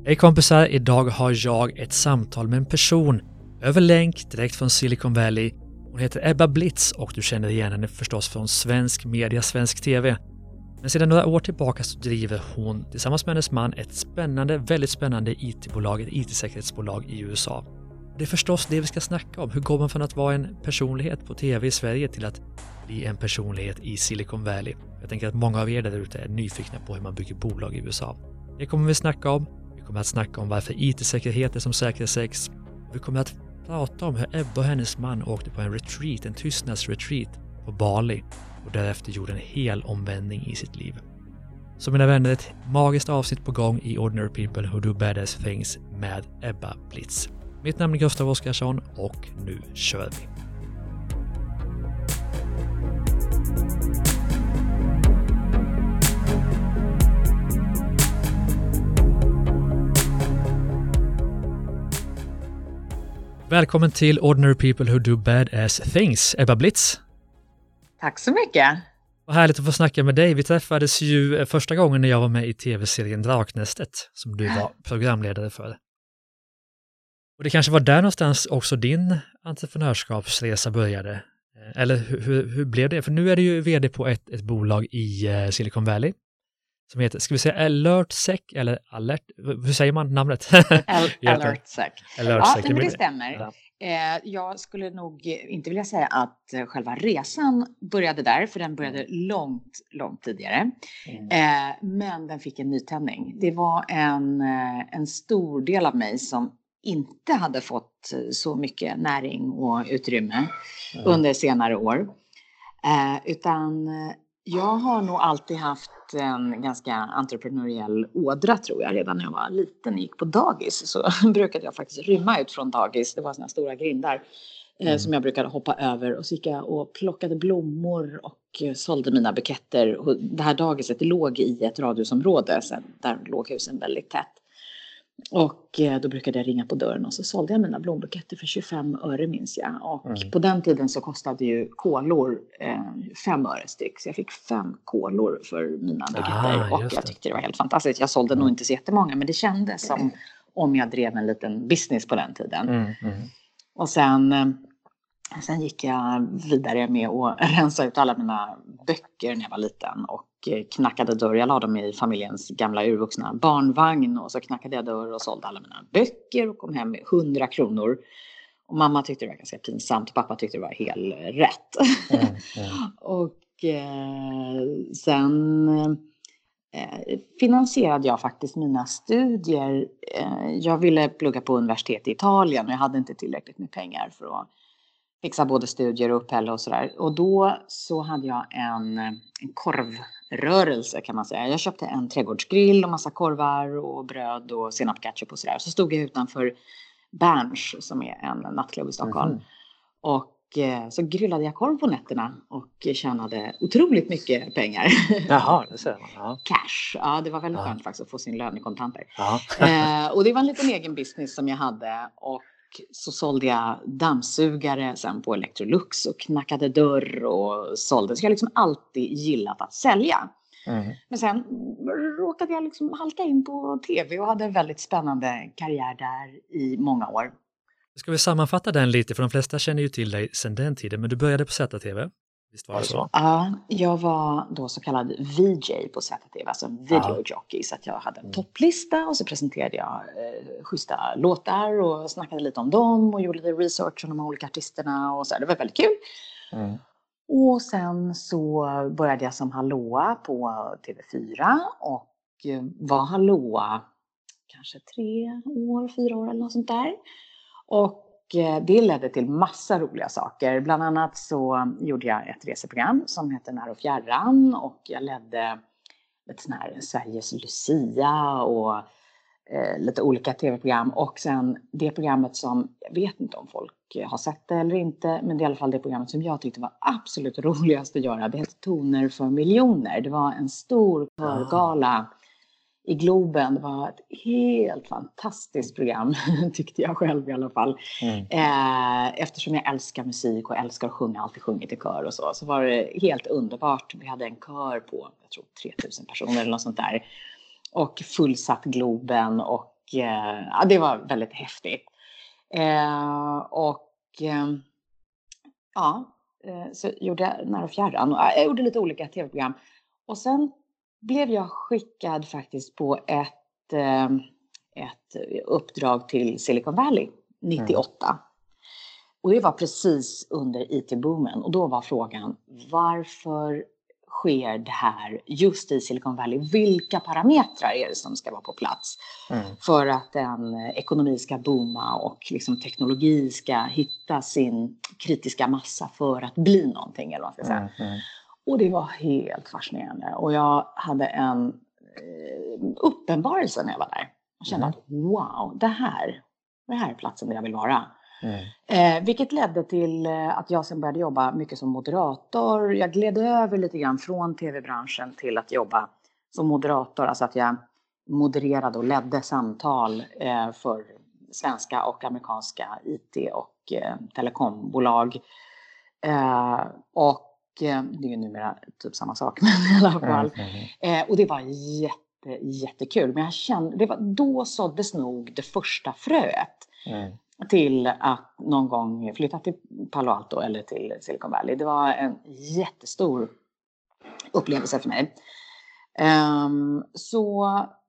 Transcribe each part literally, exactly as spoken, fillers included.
Hej kompisar, idag har jag ett samtal med en person över länk direkt från Silicon Valley. Hon heter Ebba Blitz och du känner igen henne förstås från svensk media, svensk tv. Men sedan några år tillbaka så driver hon tillsammans med hennes man ett spännande, väldigt spännande I T-bolag, ett I T-säkerhetsbolag i U S A. Det är förstås det vi ska snacka om. Hur går man från att vara en personlighet på tv i Sverige till att bli en personlighet i Silicon Valley? Jag tänker att många av er där ute är nyfikna på hur man bygger bolag i U S A. Det kommer vi snacka om. Vi kommer att snacka om varför I T-säkerhet är som säkerhetssex. Vi kommer att prata om hur Ebba och hennes man åkte på en retreat, en tystnadsretreat på Bali och därefter gjorde en hel omvändning i sitt liv. Så mina vänner, ett magiskt avsnitt på gång i Ordinary People Who Do Badass Things med Ebba Blitz. Mitt namn är Gustav Oskarsson och nu kör vi. Välkommen till Ordinary People Who Do Badass Things, Ebba Blitz. Tack så mycket. Vad härligt att få snacka med dig. Vi träffades ju första gången när jag var med i tv-serien Draknästet som du var programledare för. Och det kanske var där någonstans också din entreprenörskapsresa började. Eller hur, hur, hur blev det? För nu är du ju vd på ett, ett bolag i uh, Silicon Valley som heter, ska vi säga AlertSec eller Alert? Hur säger man namnet? AlertSec. AlertSec. Ja, men det stämmer. Ja. Jag skulle nog inte vilja säga att själva resan började där, för den började långt, långt tidigare. Mm. Men den fick en nytändning. Det var en, en stor del av mig som inte hade fått så mycket näring och utrymme mm. under senare år. Utan jag har nog alltid haft en ganska entreprenöriell ådra, tror jag. Redan när jag var liten och gick på dagis så brukade jag faktiskt rymma ut från dagis. Det var såna stora grindar mm. eh, som jag brukade hoppa över. Och så gick jag och plockade blommor och eh, sålde mina buketter. Och det här dagiset låg i ett radhusområde. Så där låg husen väldigt tätt. Och eh, då brukade jag ringa på dörren och så sålde jag mina blombuketter för tjugofem öre, minns jag. Och mm. på den tiden så kostade ju kolor eh, fem öre styck. Så jag fick fem kolor för mina buketter. Ah, och jag tyckte det var helt fantastiskt. Jag sålde mm. nog inte så jättemånga, men det kändes som mm. om jag drev en liten business på den tiden. Mm. Mm. Och sen... Eh, Sen gick jag vidare med att rensa ut alla mina böcker när jag var liten och knackade dörr. Jag la dem i familjens gamla urvuxna barnvagn och så knackade jag dörr och sålde alla mina böcker och kom hem med hundra kronor. Och mamma tyckte det var ganska pinsamt och pappa tyckte det var helt rätt. Mm, mm. och eh, sen eh, finansierade jag faktiskt mina studier. Eh, jag ville plugga på universitet i Italien och jag hade inte tillräckligt med pengar för att fixa både studier och uppehälle och sådär. Och då så hade jag en, en korvrörelse, kan man säga. Jag köpte en trädgårdsgrill och massa korvar och bröd och senapsketchup och sådär. Så stod jag utanför Berns som är en nattklubb i Stockholm. Mm. Och eh, så grillade jag korv på nätterna och tjänade otroligt mycket pengar. Jaha, det ser man. Ja. Cash. Ja, det var väldigt ja. skönt faktiskt att få sin lön i kontanter. Ja. eh, och det var en liten egen business som jag hade. Och så sålde jag dammsugare sen på Electrolux och knackade dörr och sålde. Så jag har liksom alltid gillat att sälja. Mm. Men sen råkade jag liksom halka in på tv och hade en väldigt spännande karriär där i många år. Ska vi sammanfatta den lite? För de flesta känner ju till dig sedan den tiden. Men du började på Z T V. Visst var det så? Ja, jag var då så kallad V J på Z T V, alltså videojockey. Så att jag hade en topplista och så presenterade jag eh, schyssta låtar och snackade lite om dem och gjorde lite research om de olika artisterna och så. Det var väldigt kul. Mm. Och sen så började jag som hallåa på T V fyra och var hallåa kanske tre år, fyra år eller något sånt där. Och det ledde till massa roliga saker. Bland annat så gjorde jag ett reseprogram som heter När och fjärran. Och jag ledde ett sån här Sveriges Lucia och eh, lite olika tv-program. Och sen det programmet som, jag vet inte om folk har sett det eller inte. Men det är i alla fall det programmet som jag tyckte var absolut roligast att göra. Det heter Toner för miljoner. Det var en stor körgala i Globen. Det var ett helt fantastiskt program, tyckte jag själv i alla fall. Mm. Eh, eftersom jag älskar musik och älskar att sjunga, alltid sjungit i kör och så. Så var det helt underbart. Vi hade en kör på, jag tror, tre tusen personer eller något sånt där. Och fullsatt Globen och eh, ja, det var väldigt häftigt. Eh, och eh, ja, eh, så gjorde jag Nära och fjärran. Och jag gjorde lite olika tv-program. Och sen blev jag skickad faktiskt på ett, eh, ett uppdrag till Silicon Valley nittioåtta. Mm. Och det var precis under I T-boomen. Och då var frågan, varför sker det här just i Silicon Valley? Vilka parametrar är det som ska vara på plats mm. för att en ekonomi ska booma och liksom teknologi ska hitta sin kritiska massa för att bli någonting, eller vad man ska säga. Mm. Mm. Och det var helt fascinerande. Och jag hade en eh, uppenbarelse när jag var där. Jag kände mm. att wow, det här, det här är platsen där jag vill vara. Mm. Eh, vilket ledde till eh, att jag sen började jobba mycket som moderator. Jag gled över lite grann från tv-branschen till att jobba som moderator. Alltså att jag modererade och ledde samtal eh, för svenska och amerikanska I T- och eh, telekombolag. Eh, och eh, det är ju numera typ samma sak, men i alla fall. Mm. Eh, och det var jätte, jättekul. Men jag kände, det var, då såddes nog det första fröet. Mm. Till att någon gång flytta till Palo Alto eller till Silicon Valley. Det var en jättestor upplevelse för mig. Um, så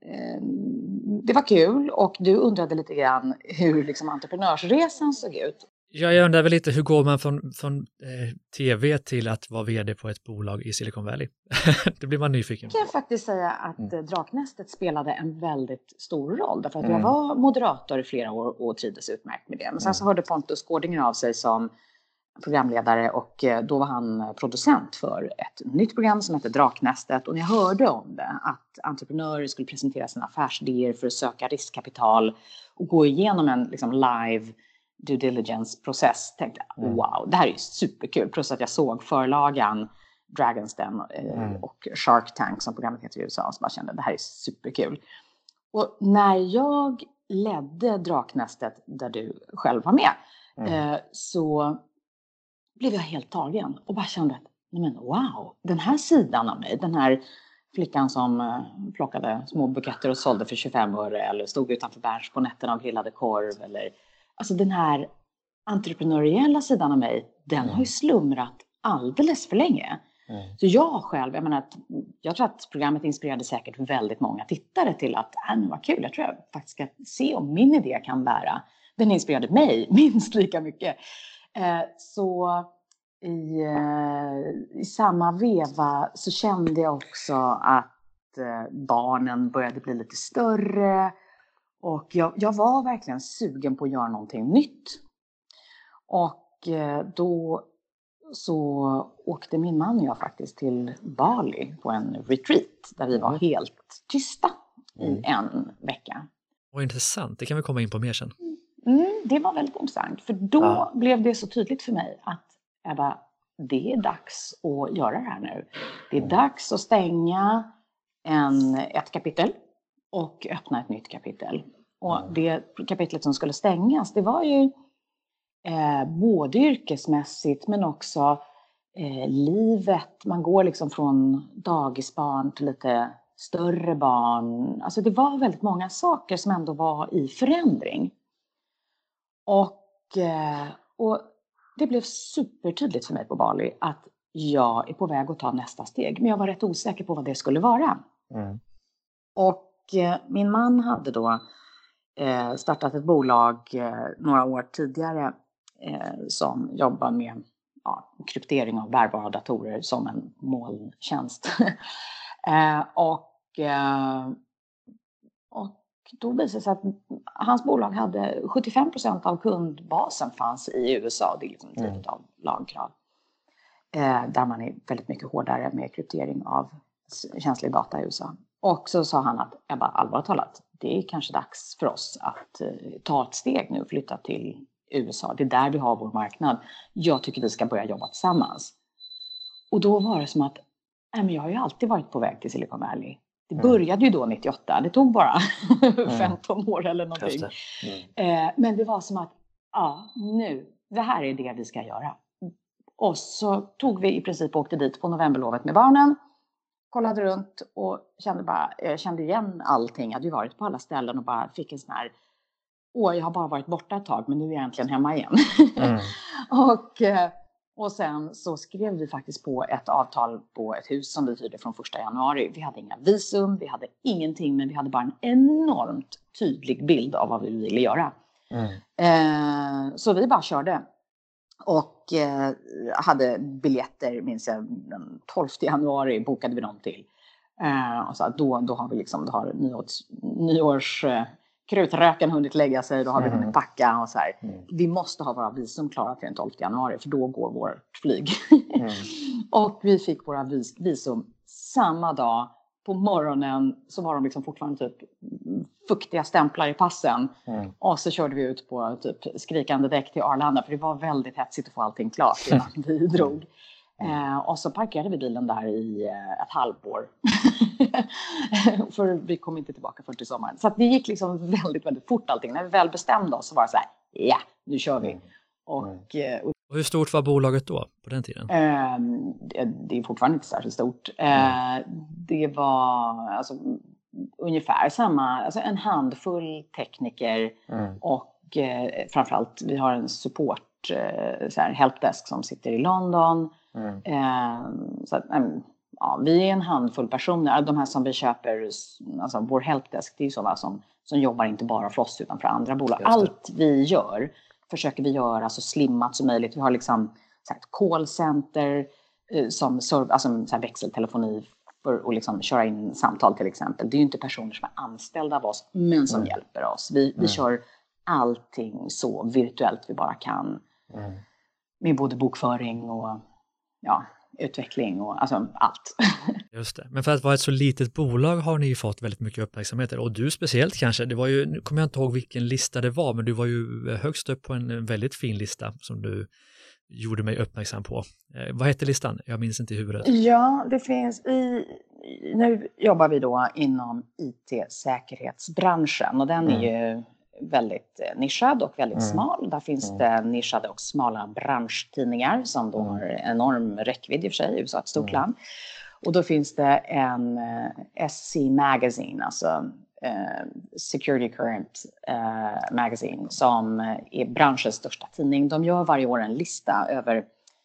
um, det var kul, och du undrade lite grann hur liksom entreprenörsresan såg ut. Ja, jag undrar väl lite, hur går man från, från eh, tv till att vara vd på ett bolag i Silicon Valley? Det blir man nyfiken på. Jag kan faktiskt säga att mm. Draknästet spelade en väldigt stor roll. Därför att mm. jag var moderator i flera år och trivdes utmärkt med det. Men sen mm. så hörde Pontus Gårdinger av sig som programledare, och då var han producent för ett nytt program som hette Draknästet. Och när jag hörde om det, att entreprenörer skulle presentera sina affärsidéer för att söka riskkapital och gå igenom en liksom live due diligence-process, tänkte jag, mm. wow, det här är ju superkul. Plus att jag såg förlagan Dragon's Den eh, mm. och Shark Tank, som programmet heter i U S A, så bara kände, det här är superkul. Och när jag ledde Draknästet, där du själv var med, mm. eh, så blev jag helt tagen och bara kände att, nej men wow, den här sidan av mig, den här flickan som eh, plockade små buketter och sålde för tjugofem öre, eller stod utanför Berns på nätterna och grillade korv, eller alltså den här entreprenöriella sidan av mig, den mm. har ju slumrat alldeles för länge. Mm. Så jag själv, jag menar, jag tror att programmet inspirerade säkert väldigt många tittare till att, äh, men vad kul, jag tror jag faktiskt ska se om min idé kan bära. Den inspirerade mig minst lika mycket. Eh, så i, eh, i samma veva så kände jag också att eh, barnen började bli lite större. Och jag, jag var verkligen sugen på att göra någonting nytt. Och eh, då så åkte min man och jag faktiskt till Bali på en retreat där vi var helt tysta mm. i en vecka. Vad intressant, det kan vi komma in på mer sen. Mm, det var väldigt intressant, för då ja. blev det så tydligt för mig att jag bara, det är dags att göra det här nu. Det är mm. dags att stänga en, ett kapitel och öppna ett nytt kapitel. Och mm. det kapitlet som skulle stängas, det var ju eh, både yrkesmässigt men också eh, livet. Man går liksom från dagisbarn till lite större barn. Alltså det var väldigt många saker som ändå var i förändring. Och, eh, och det blev supertydligt för mig på Bali att jag är på väg att ta nästa steg. Men jag var rätt osäker på vad det skulle vara. Mm. Och eh, min man hade då eh, startat ett bolag eh, några år tidigare eh, som jobbar med ja, kryptering av bärbara datorer som en molntjänst. eh, och, eh, och då visade det sig att hans bolag hade sjuttiofem procent av kundbasen fanns i U S A. Det är liksom en typ av lagkrav. Eh, där man är väldigt mycket hårdare med kryptering av känslig data i U S A. Och så sa han att, jag bara allvarligt talat, det är kanske dags för oss att eh, ta ett steg nu och flytta till U S A. Det är där vi har vår marknad. Jag tycker vi ska börja jobba tillsammans. Och då var det som att, nej, men jag har ju alltid varit på väg till Silicon Valley. Det började ju då nittioåtta. Det tog bara femton år eller någonting. Det. Mm. Eh, men det var som att, ja, nu, det här är det vi ska göra. Och så tog vi i princip och åkte dit på novemberlovet med barnen. kollade runt och kände, bara, jag kände igen allting. Jag hade ju varit på alla ställen och bara fick en sån här, åh, jag har bara varit borta ett tag men nu är jag äntligen hemma igen. Mm. och, och sen så skrev vi faktiskt på ett avtal på ett hus som vi hyrde från första januari. Vi hade inga visum, vi hade ingenting, men vi hade bara en enormt tydlig bild av vad vi ville göra. Mm. Eh, så vi bara körde. Och eh, hade biljetter, minns jag, den tolfte januari bokade vi dem till. Eh, och så då, då har vi liksom, då har nyårs, nyårs eh, krutröken hunnit lägga sig, då har mm. vi hunnit packa och så här. Mm. Vi måste ha våra visum klara till den tolfte januari, för då går vårt flyg. mm. Och vi fick våra vis, visum samma dag. På morgonen så var de liksom fortfarande typ fuktiga stämplar i passen. Mm. Och så körde vi ut på typ skrikande däck till Arlanda. För det var väldigt hetsigt att få allting klart innan vi drog. Mm. Eh, och så parkerade vi bilen där i eh, ett halvår. För vi kom inte tillbaka först i sommaren. Så att det gick liksom väldigt, väldigt fort allting. När vi väl bestämde oss så var det så här, ja, nu kör vi. Och, eh, och Och hur stort var bolaget då på den tiden? Eh, det, det är fortfarande inte särskilt stort. Eh, mm. Det var alltså, ungefär samma, alltså en handfull tekniker mm. och eh, framförallt vi har en support, eh, så här, helpdesk som sitter i London. Mm. Eh, så att, eh, ja, vi är en handfull personer. De här som vi köper, alltså vår helpdesk, det är ju sådana som, som jobbar inte bara för oss utan för andra bolag. Allt vi gör försöker vi göra så slimmat som möjligt. Vi har liksom så här, callcenter eh, som serv, alltså, så här, växeltelefoni för att liksom köra in samtal till exempel. Det är ju inte personer som är anställda av oss men som mm. hjälper oss. Vi, vi mm. kör allting så virtuellt vi bara kan. Mm. Med både bokföring och ja, utveckling och alltså allt. Just det. Men för att vara ett så litet bolag har ni ju fått väldigt mycket uppmärksamhet. Och du speciellt kanske. Det var ju, nu kommer jag inte ihåg vilken lista det var, men du var ju högst upp på en väldigt fin lista som du gjorde mig uppmärksam på. Eh, vad heter listan? Jag minns inte i huvudet. Ja, det finns i... Nu jobbar vi då inom I T-säkerhetsbranschen och den mm. är ju väldigt nischad och väldigt mm. smal. Där finns mm. det nischade och smala branschtidningar som då mm. har enorm räckvidd i och för sig. U S A är ett stort mm. land. Och då finns det en uh, S C Magazine, alltså uh, Security Current uh, Magazine, som är branschens största tidning. De gör varje år en lista över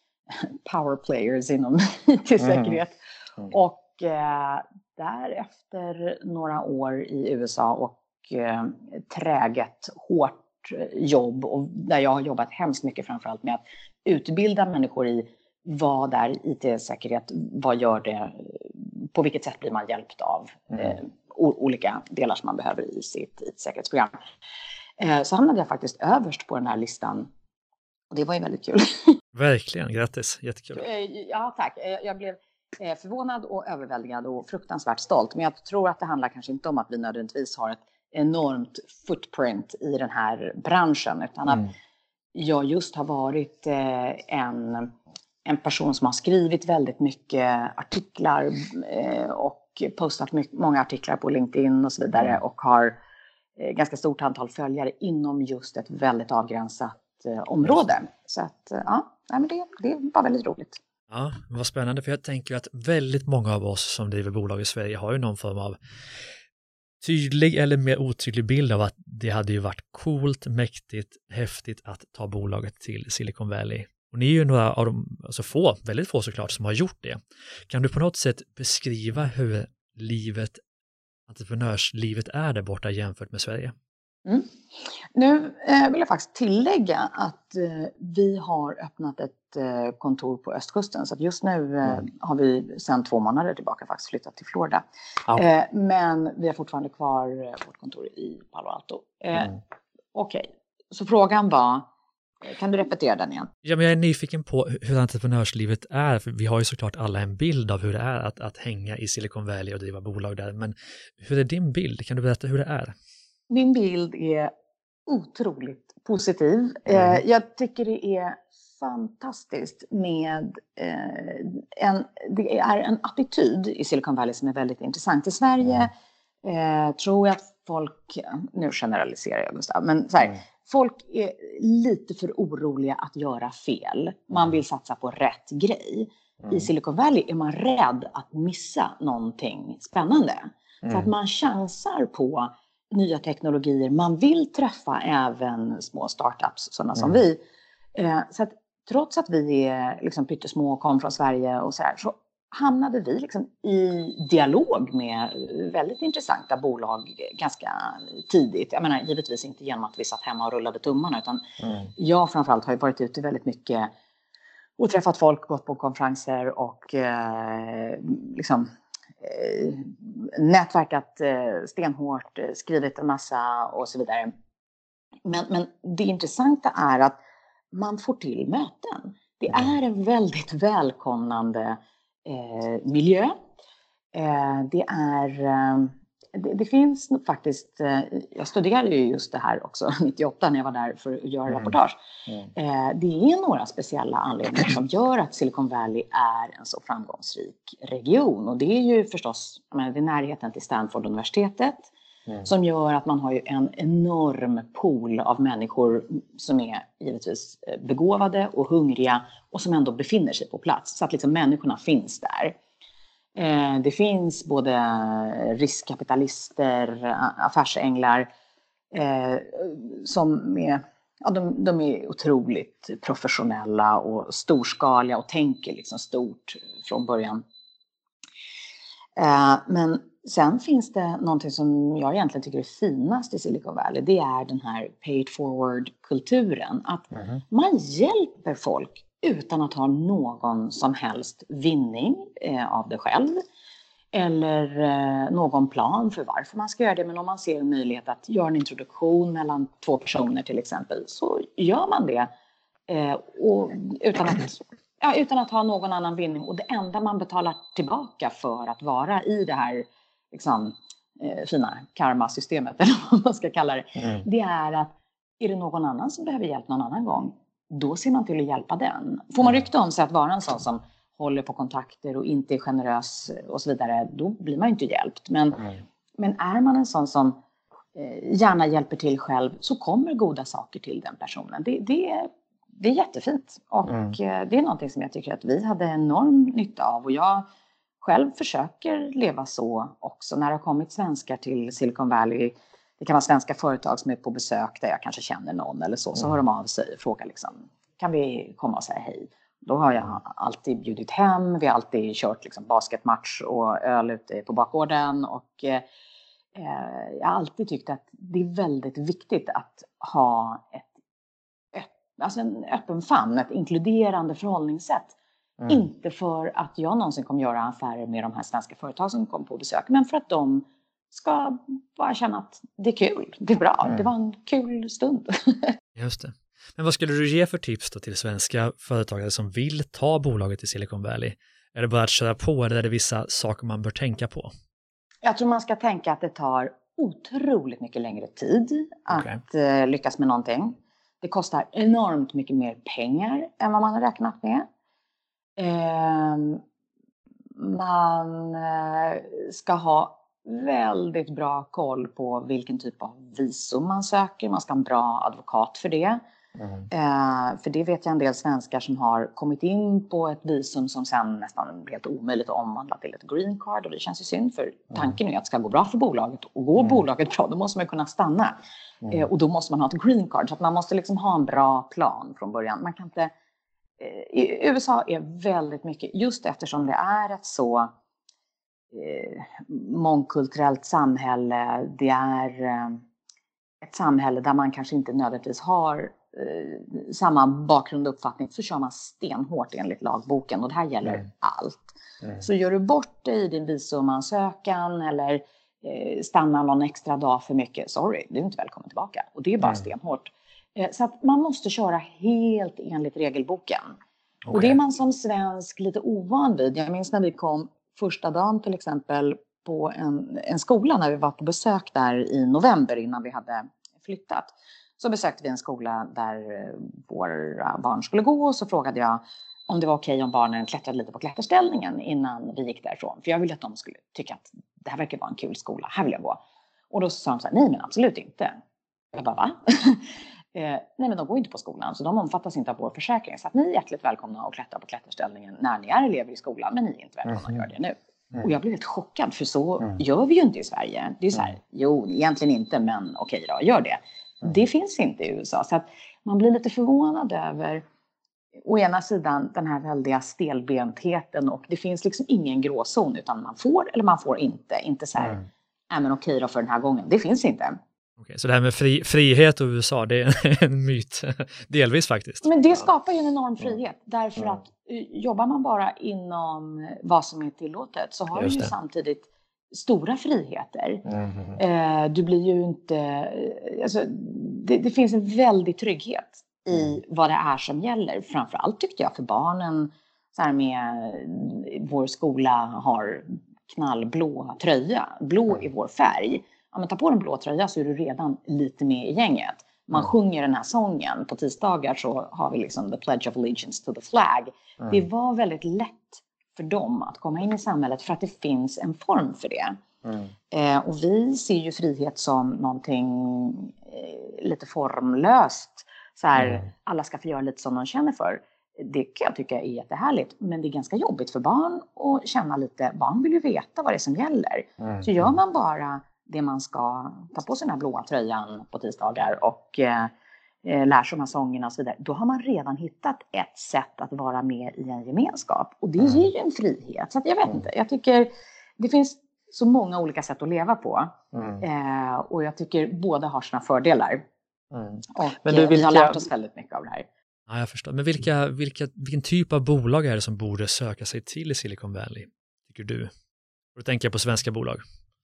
power players inom I T-säkerhet. Mm. Mm. Och uh, därefter några år i U S A och uh, träget, hårt jobb, och där jag har jobbat hemskt mycket framförallt med att utbilda människor i vad är I T-säkerhet, vad gör det, på vilket sätt blir man hjälpt av mm. eh, olika delar som man behöver i sitt I T-säkerhetsprogram. Eh, så hamnade jag faktiskt överst på den här listan och det var ju väldigt kul. Verkligen, grattis, jättekul. Eh, ja, tack. Eh, jag blev eh, förvånad och överväldigad och fruktansvärt stolt, men jag tror att det handlar kanske inte om att vi nödvändigtvis har ett enormt footprint i den här branschen, utan mm. att jag just har varit eh, en En person som har skrivit väldigt mycket artiklar eh, och postat mycket, många artiklar på LinkedIn och så vidare. Mm. Och har eh, ganska stort antal följare inom just ett väldigt avgränsat eh, område. Så att eh, ja, nej, men det, det var väldigt roligt. Ja, vad spännande, för jag tänker att väldigt många av oss som driver bolag i Sverige har ju någon form av tydlig eller mer otydlig bild av att det hade ju varit coolt, mäktigt, häftigt att ta bolaget till Silicon Valley. Och ni är ju några av de, alltså få, väldigt få såklart, som har gjort det. Kan du på något sätt beskriva hur livet, entreprenörslivet är där borta jämfört med Sverige? Mm. Nu eh, vill jag faktiskt tillägga att eh, vi har öppnat ett eh, kontor på östkusten. Så att just nu eh, mm. har vi sedan två månader tillbaka faktiskt flyttat till Florida. Ja. Eh, men vi har fortfarande kvar eh, vårt kontor i Palo Alto. Eh, mm. Okej, okay. Så frågan var... Kan du repetera den igen? Ja, men jag är nyfiken på hur entreprenörslivet är. För vi har ju såklart alla en bild av hur det är att, att hänga i Silicon Valley och driva bolag där. Men hur är din bild? Kan du berätta hur det är? Min bild är otroligt positiv. Mm. Jag tycker det är fantastiskt med en, det är en attityd i Silicon Valley som är väldigt intressant. I Sverige mm. tror jag att folk, nu generaliserar jag Gustav, men så här, mm. folk är lite för oroliga att göra fel. Man vill satsa på rätt grej. i Silicon Valley är man rädd att missa någonting spännande. Mm. Så att man chansar på nya teknologier. Man vill träffa även små startups, sådana mm. som vi. Eh, så att trots att vi är liksom pyttesmå och kom från Sverige och så här, så hamnade vi liksom i dialog med väldigt intressanta bolag ganska tidigt. Jag menar givetvis inte genom att vi satt hemma och rullade tummarna, utan mm. jag framförallt har ju varit ute väldigt mycket och träffat folk, gått på konferenser och eh, liksom eh, nätverkat eh, stenhårt, skrivit en massa och så vidare. Men, men det intressanta är att man får till möten. Det är en väldigt välkomnande eh, miljö. Eh, det är... Eh, det, det finns faktiskt... Eh, jag studerade ju just det här också nittioåtta när jag var där för att göra mm. reportage. Mm. Eh, det är några speciella anledningar som gör att Silicon Valley är en så framgångsrik region. Och det är ju förstås, jag menar, det är närheten till Stanford-universitetet. Mm. Som gör att man har ju en enorm pool av människor som är givetvis begåvade och hungriga och som ändå befinner sig på plats. Så att liksom människorna finns där. Eh, det finns både riskkapitalister, affärsänglar eh, som är, ja, de, de är otroligt professionella och storskaliga och tänker liksom stort från början. Eh, men sen finns det någonting som jag egentligen tycker är finast i Silicon Valley. Det är den här pay it forward-kulturen. Att mm. man hjälper folk utan att ha någon som helst vinning eh, av det själv. Eller eh, någon plan för varför man ska göra det. Men om man ser en möjlighet att göra en introduktion mellan två personer till exempel, så gör man det. Eh, och utan att... Ja, utan att ha någon annan vinning. Och det enda man betalar tillbaka för att vara i det här liksom, eh, fina karma-systemet, eller vad man ska kalla det. Mm. Det är att är det någon annan som behöver hjälp någon annan gång, då ser man till att hjälpa den. Får man rykte om sig att vara en sån som håller på kontakter och inte är generös och så vidare, då blir man ju inte hjälpt. Men, mm. men är man en sån som eh, gärna hjälper till själv, så kommer goda saker till den personen. Det, det är Det är jättefint och mm. det är någonting som jag tycker att vi hade enorm nytta av. Och jag själv försöker leva så också när det har kommit svenskar till Silicon Valley. Det kan vara svenska företag som är på besök där jag kanske känner någon eller så. Så mm. hör de av sig och frågar liksom, kan vi komma och säga hej? Då har jag alltid bjudit hem. Vi har alltid kört liksom basketmatch och öl ute på bakgården. Och eh, jag har alltid tyckt att det är väldigt viktigt att ha ett Alltså en öppen famn, ett inkluderande förhållningssätt. Mm. Inte för att jag någonsin kommer göra affärer med de här svenska företag som kommer på besök. Men för att de ska bara känna att det är kul, det är bra, mm. det var en kul stund. Just det. Men vad skulle du ge för tips då till svenska företagare som vill ta bolaget i Silicon Valley? Är det bara att köra på eller är det vissa saker man bör tänka på? Jag tror man ska tänka att det tar otroligt mycket längre tid okay. att uh, lyckas med någonting. Det kostar enormt mycket mer pengar än vad man har räknat med. Eh, man eh, ska ha väldigt bra koll på vilken typ av visum man söker. Man ska ha en bra advokat för det. Mm. Eh, för det vet jag en del svenskar som har kommit in på ett visum som sen nästan blir helt omöjligt att omvandla till ett green card. Och det känns ju synd, för tanken är att det ska gå bra för bolaget. Och går mm. bolaget bra, då måste man kunna stanna. Mm. Eh, och då måste man ha ett green card. Så att man måste liksom ha en bra plan från början. Man kan inte... Eh, i U S A är väldigt mycket, just eftersom det är ett så eh, mångkulturellt samhälle. Det är eh, ett samhälle där man kanske inte nödvändigtvis har eh, samma bakgrund och uppfattning, så kör man stenhårt enligt lagboken. Och det här gäller mm. allt. Mm. Så gör du bort dig i din visumansökan eller eh, stannar någon extra dag för mycket, sorry, du är inte välkommen tillbaka. Och det är bara mm. stenhårt. Eh, så att man måste köra helt enligt regelboken. Okay. Och det är man som svensk lite ovan vid. Jag minns när vi kom första dagen till exempel på en, en skola, när vi var på besök där i november innan vi hade flyttat. Så besökte vi en skola där våra barn skulle gå, och så frågade jag om det var okej om barnen klättrade lite på klätterställningen innan vi gick därifrån. För jag ville att de skulle tycka att det här verkar vara en kul skola, här vill jag gå. Och då sa de så här, nej men absolut inte. Jag bara, va? Eh, nej men de går inte på skolan, så de omfattas inte av vår försäkring. Så att ni är hjärtligt välkomna att klättra på klätterställningen när ni är elever i skolan, men ni är inte välkomna mm. att göra det nu. Mm. Och jag blev helt chockad, för så mm. gör vi ju inte i Sverige. Det är så här, mm. jo egentligen inte, men okej då, gör det. Mm. Det finns inte i U S A, så att man blir lite förvånad över å ena sidan den här väldiga stelbentheten, och det finns liksom ingen gråzon, utan man får eller man får inte. Inte så här, mm. nej men okej då för den här gången. Det finns inte. Okej, så det här med fri, frihet och U S A, det är en myt, delvis faktiskt. Men det skapar ju en enorm frihet, därför mm. att jobbar man bara inom vad som är tillåtet, så har du ju samtidigt stora friheter. Mm. Eh, du blir ju inte, alltså, det, det finns en väldig trygghet i vad det är som gäller. Framförallt tyckte jag för barnen, så här med vår skola har knallblå tröja, blå i vår färg. Om man tar på en blå tröja så är du redan lite med i gänget. Man mm. sjunger den här sången. På tisdagar så har vi liksom the pledge of allegiance to the flag. Mm. Det var väldigt lätt för dem att komma in i samhället, för att det finns en form för det. Mm. Eh, och vi ser ju frihet som någonting eh, lite formlöst. Så här, mm. alla ska få göra lite som de känner för. Det kan jag tycka är jättehärligt. Men det är ganska jobbigt för barn att känna lite. Barn vill ju veta vad det är som gäller. Mm. Så gör man bara det man ska, ta på sig den här blåa tröjan på tisdagar och eh, lär sig de här sångerna och så vidare. Då har man redan hittat ett sätt att vara med i en gemenskap. Och det ger ju en frihet. Så att jag vet inte, jag tycker det finns så många olika sätt att leva på. Mm. Eh, och jag tycker båda har sina fördelar. Mm. Och Men du, vilka... vi har lärt oss väldigt mycket av det här. Ja, jag förstår. Men vilka, vilka, vilken typ av bolag är det som borde söka sig till i Silicon Valley, tycker du? Och då tänker jag på svenska bolag.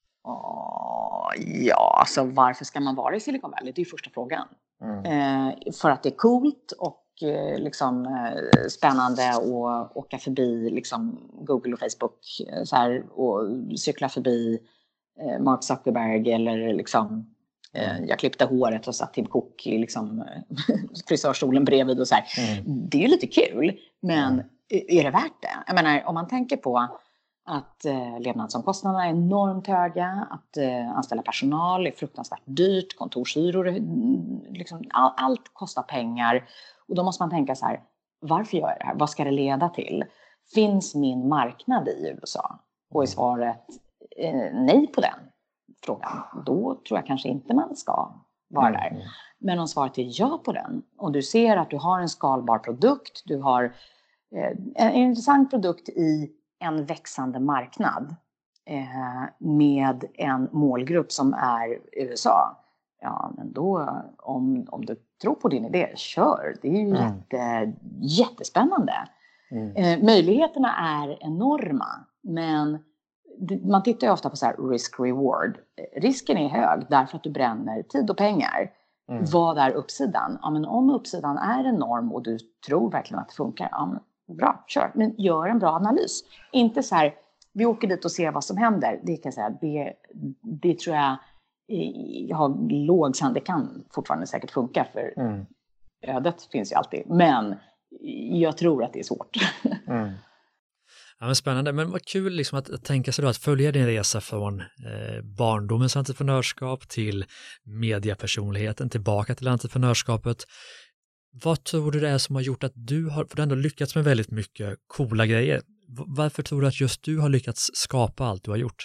Oh, ja, alltså varför ska man vara i Silicon Valley? Det är ju första frågan. Mm. Eh, för att det är coolt och eh, liksom, eh, spännande att åka förbi liksom, Google och Facebook eh, så här, och cykla förbi eh, Mark Zuckerberg eller liksom Mm. Jag klippte håret och satt Tim Cook i liksom, frisörstolen bredvid och så här. Mm. Det är ju lite kul, men mm. är det värt det? Jag menar, om man tänker på att eh, levnadsomkostnaderna är enormt höga, att eh, anställa personal är fruktansvärt dyrt, kontorshyror, liksom, all, allt kostar pengar. Och då måste man tänka så här, varför gör jag det här? Vad ska det leda till? Finns min marknad i U S A? Och är svaret eh, nej på den frågan, då tror jag kanske inte man ska vara där. Mm. Men om svaret är ja på den, och du ser att du har en skalbar produkt, du har eh, en intressant produkt i en växande marknad eh, med en målgrupp som är U S A, ja men då, om, om du tror på din idé, kör. Det är ju mm. jätte, jättespännande. Mm. Eh, möjligheterna är enorma, men man tittar ju ofta på så här risk-reward. Risken är hög därför att du bränner tid och pengar. Mm. Vad är uppsidan? Ja, men om uppsidan är enorm och du tror verkligen att det funkar, ja, men bra, kör. Men gör en bra analys. Inte så här, vi åker dit och ser vad som händer. Det kan jag säga, det, det tror jag, jag har låg sand, det kan fortfarande säkert funka, för mm. ödet finns ju alltid. Men jag tror att det är svårt. Mm. Ja, men spännande, men vad kul liksom att, att tänka sig då att följa din resa från eh, barndomens entreprenörskap till mediapersonligheten, tillbaka till entreprenörskapet. Vad tror du det är som har gjort att du har, för du ändå lyckats med väldigt mycket coola grejer? V- varför tror du att just du har lyckats skapa allt du har gjort?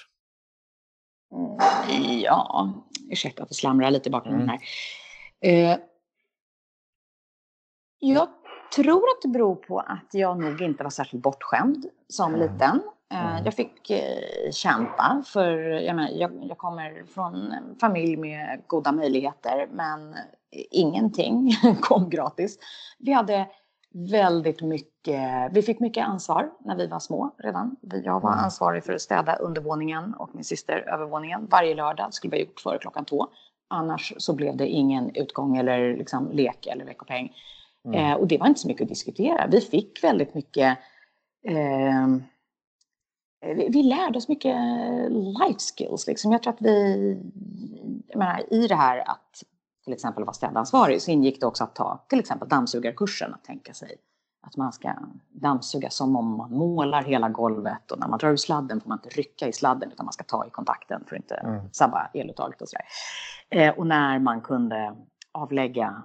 Mm, ja, ursäkta att jag slamrar lite bakom mm. den här. Eh, jag tror att det beror på att jag nog inte var särskilt bortskämd som mm. liten. Mm. Jag fick eh, kämpa, för jag, menar, jag, jag kommer från en familj med goda möjligheter, men ingenting kom gratis. Vi hade väldigt mycket, vi fick mycket ansvar när vi var små redan. Jag var ansvarig för att städa undervåningen och min syster övervåningen varje lördag. Det skulle vara gjort före klockan två. Annars så blev det ingen utgång eller liksom lek eller veckopeng. Mm. Eh, och det var inte så mycket att diskutera. Vi fick väldigt mycket, eh, vi, vi lärde oss mycket life skills. Liksom. Jag tror att vi, jag menar, i det här att till exempel vara städansvarig, så ingick det också att ta till exempel dammsugarkursen. Att tänka sig att man ska dammsuga som om man målar hela golvet. Och när man drar ur sladden får man inte rycka i sladden, utan man ska ta i kontakten för att inte mm. sabba eluttaget och sådär. Eh, och när man kunde avlägga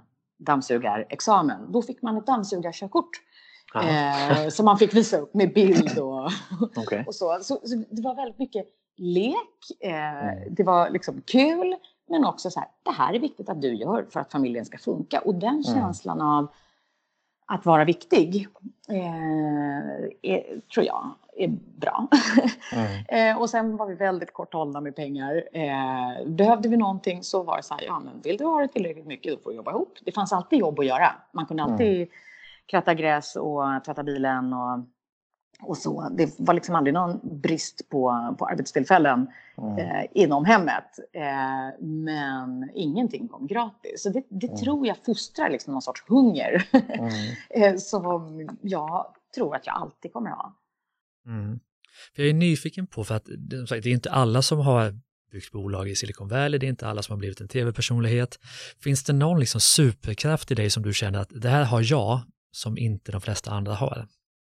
dammsugarexamen. Då fick man ett dammsugarkörkort. Eh, som man fick visa upp med bild och, okay. och så. Så, så. Det var väldigt mycket lek. Eh, mm. Det var liksom kul. Men också så här, det här är viktigt att du gör för att familjen ska funka. Och den mm. känslan av att vara viktig eh, är, tror jag är bra. Mm. eh, och sen var vi väldigt korthållna med pengar. Eh, behövde vi någonting så var det så här, ja men vill du ha det tillräckligt mycket då får du jobba ihop. Det fanns alltid jobb att göra. Man kunde alltid mm. kratta gräs och tvätta bilen och, och så. Det var liksom aldrig någon brist på, på arbetstillfällen mm. eh, inom hemmet. Eh, men ingenting kom gratis. Så det, det mm. tror jag fostrar liksom någon sorts hunger. Mm. eh, som jag tror att jag alltid kommer att ha. Mm. För jag är nyfiken på, för att det är inte alla som har byggt bolag i Silicon Valley, det är inte alla som har blivit en tv-personlighet. Finns det någon liksom superkraft i dig som du känner att det här har jag som inte de flesta andra har?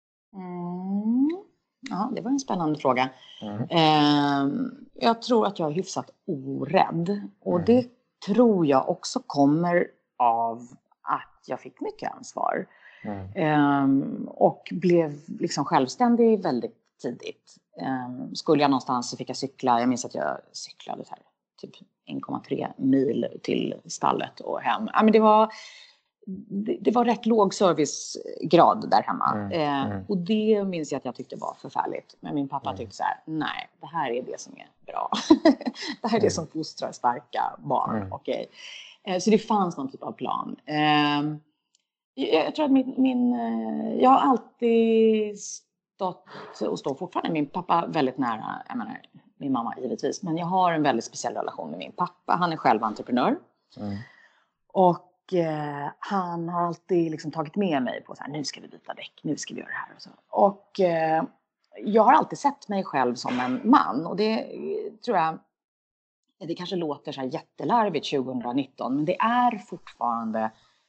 Mm. Ja, det var en spännande fråga. Mm. Eh, jag tror att jag är hyfsat orädd. Och mm. det tror jag också kommer av att jag fick mycket ansvar. Mm. Eh, och blev liksom självständig väldigt tidigt. Eh, skulle jag någonstans så fick jag cykla. Jag minns att jag cyklade så här, typ en komma tre mil till stallet och hem. Ja, men det var... Det, det var rätt låg servicegrad där hemma. Mm, eh, mm. Och det minns jag att jag tyckte var förfärligt. Men min pappa mm. tyckte så här, nej, det här är det som är bra. Det här är mm. det som fostrar starka barn. Mm. Okej. Eh, så det fanns någon typ av plan. Eh, jag tror att min, min eh, jag har alltid stått och står fortfarande min pappa väldigt nära, jag menar, min mamma givetvis. Men jag har en väldigt speciell relation med min pappa. Han är själv entreprenör. Mm. Och Och eh, han har alltid liksom tagit med mig på så här, nu ska vi byta däck, nu ska vi göra det här och så. Och eh, jag har alltid sett mig själv som en man. Och det tror jag, det kanske låter så här jättelarvigt tjugonitton. Men det är fortfarande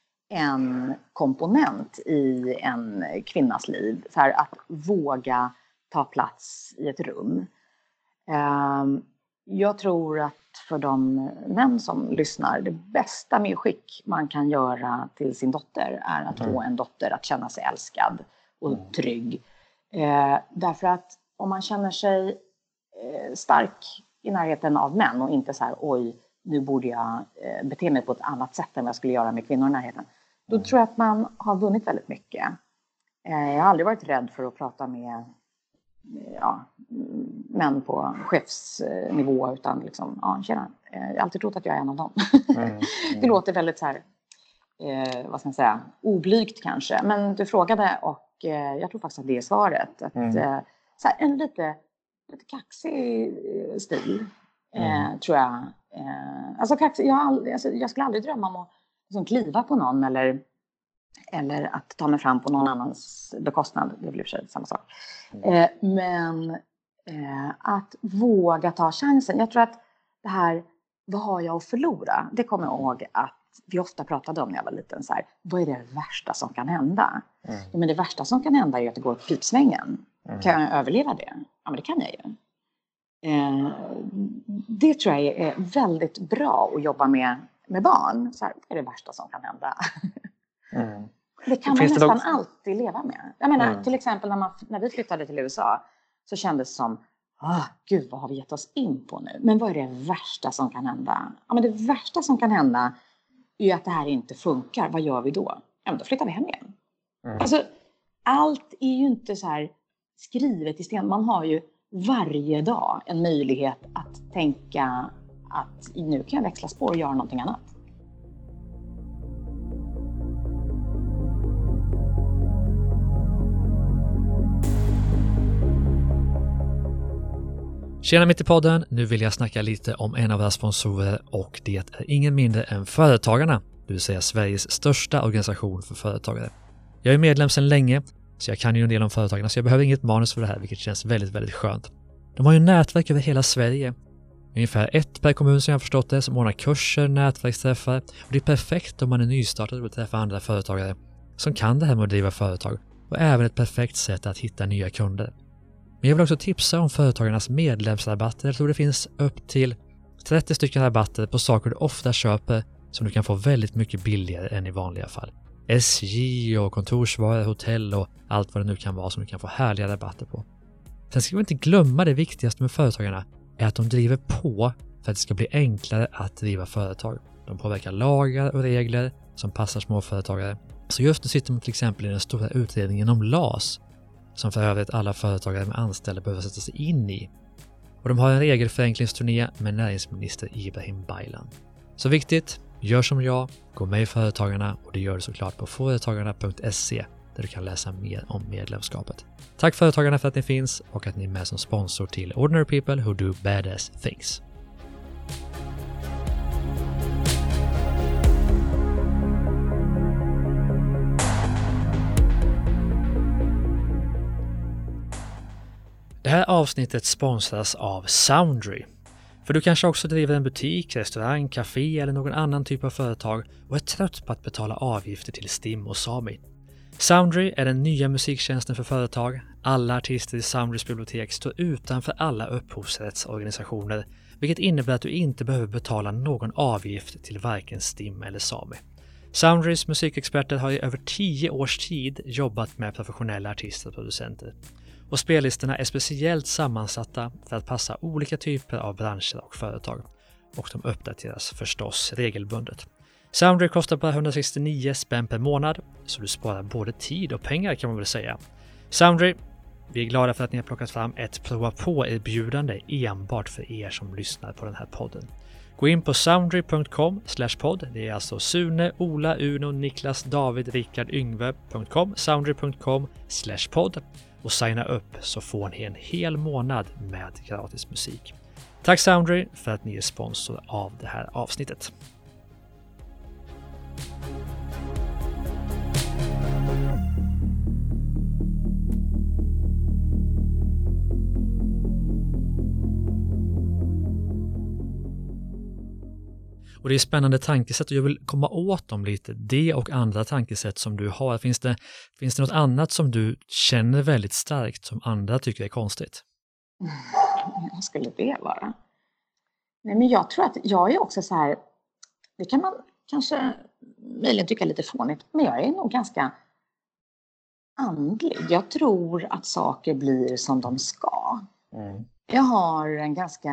en komponent i en kvinnas liv. Så här, att våga ta plats i ett rum. Eh, jag tror att för de män som lyssnar, det bästa medskick man kan göra till sin dotter är att mm. få en dotter att känna sig älskad och mm. trygg. Eh, därför att om man känner sig eh, stark i närheten av män och inte så här, oj, nu borde jag eh, bete mig på ett annat sätt än vad jag skulle göra med kvinnor i närheten. Då mm. tror jag att man har vunnit väldigt mycket. Eh, jag har aldrig varit rädd för att prata med ja, män på chefsnivå, utan liksom, ja, tjena, jag har alltid trott att jag är en av dem. Mm, mm. Det låter väldigt så här, eh, vad ska man säga, oblygt kanske, men du frågade och eh, jag tror faktiskt att det är svaret. Att, mm. eh, så här, en lite, lite kaxig stil, eh, mm. tror jag. Eh, alltså, kaxig, jag, all, alltså, jag skulle aldrig drömma om att liksom, kliva på någon eller Eller att ta mig fram på någon annans bekostnad. Det blir för sig samma sak. Mm. Eh, men eh, att våga ta chansen. Jag tror att det här, vad har jag att förlora? Det kommer jag ihåg att vi ofta pratade om när jag var liten. Så här, vad är det värsta som kan hända? Mm. Ja, men det värsta som kan hända är att det går åt pipsvängen. Mm. Kan jag överleva det? Ja, men det kan jag ju. Eh, det tror jag är väldigt bra att jobba med, med barn. Så här, vad är det värsta som kan hända? Mm. Det kan man Finns nästan något... alltid leva med. Jag menar, mm. till exempel när, man, när vi flyttade till U S A så kändes det som, åh, gud, vad har vi gett oss in på nu? Men vad är det värsta som kan hända? Ja, men det värsta som kan hända är ju att det här inte funkar. Vad gör vi då? Ja, men då flyttar vi hem igen. Mm. Alltså, allt är ju inte så här skrivet i sten. Man har ju varje dag en möjlighet att tänka att nu kan jag växla spår och göra någonting annat. Tjena mitt i podden, nu vill jag snacka lite om en av våra sponsorer och det är ingen mindre än Företagarna, det vill säga Sveriges största organisation för företagare. Jag är medlem sedan länge så jag kan ju en del om Företagarna så jag behöver inget manus för det här, vilket känns väldigt, väldigt skönt. De har ju nätverk över hela Sverige, ungefär ett per kommun som jag har förstått det, som ordnar kurser, nätverksträffar och det är perfekt om man är nystartad och vill träffa andra företagare som kan det här med att driva företag och även ett perfekt sätt att hitta nya kunder. Men jag vill också tipsa om Företagarnas medlemsrabatter. Jag tror det finns upp till trettio stycken rabatter på saker du ofta köper som du kan få väldigt mycket billigare än i vanliga fall. S J och kontorsvaror, hotell och allt vad det nu kan vara som du kan få härliga rabatter på. Sen ska vi inte glömma det viktigaste med företagarna är att de driver på för att det ska bli enklare att driva företag. De påverkar lagar och regler som passar småföretagare. Så just nu sitter man till exempel i den stora utredningen om L A S, som för övrigt alla företagare med anställda behöver sätta sig in i. Och de har en regelförenklingsturné med näringsminister Ibrahim Baylan. Så viktigt, gör som jag, gå med i Företagarna och det gör du såklart på företagarna punkt se där du kan läsa mer om medlemskapet. Tack Företagarna för att ni finns och att ni är med som sponsor till Ordinary People Who Do Badass Things. Det här avsnittet sponsras av Soundry. För du kanske också driver en butik, restaurang, café eller någon annan typ av företag och är trött på att betala avgifter till Stim och Sami. Soundry är den nya musiktjänsten för företag. Alla artister i Soundrys bibliotek står utanför alla upphovsrättsorganisationer, vilket innebär att du inte behöver betala någon avgift till varken Stim eller Sami. Soundrys musikexperter har i över tio års tid jobbat med professionella artister och producenter. Och spellistorna är speciellt sammansatta för att passa olika typer av branscher och företag. Och de uppdateras förstås regelbundet. Soundry kostar bara hundrasextionio spänn per månad, så du sparar både tid och pengar kan man väl säga. Soundry, vi är glada för att ni har plockat fram ett prova på-erbjudande enbart för er som lyssnar på den här podden. Gå in på soundry punkt com slash podd. Det är alltså Sune, Ola, Uno, Niklas, David, Rickard, Yngve punkt com, soundry punkt com slash podd. Och signa upp så får ni en hel månad med gratis musik. Tack Soundry för att ni är sponsor av det här avsnittet. Och det är spännande tankesätt och jag vill komma åt dem lite. Det och andra tankesätt som du har. Finns det, finns det något annat som du känner väldigt starkt som andra tycker är konstigt? Vad skulle det vara? Nej, men jag tror att jag är också så här, det kan man kanske möjligen tycka lite fånigt, men jag är nog ganska andlig. Jag tror att saker blir som de ska. Mm. Jag har en ganska...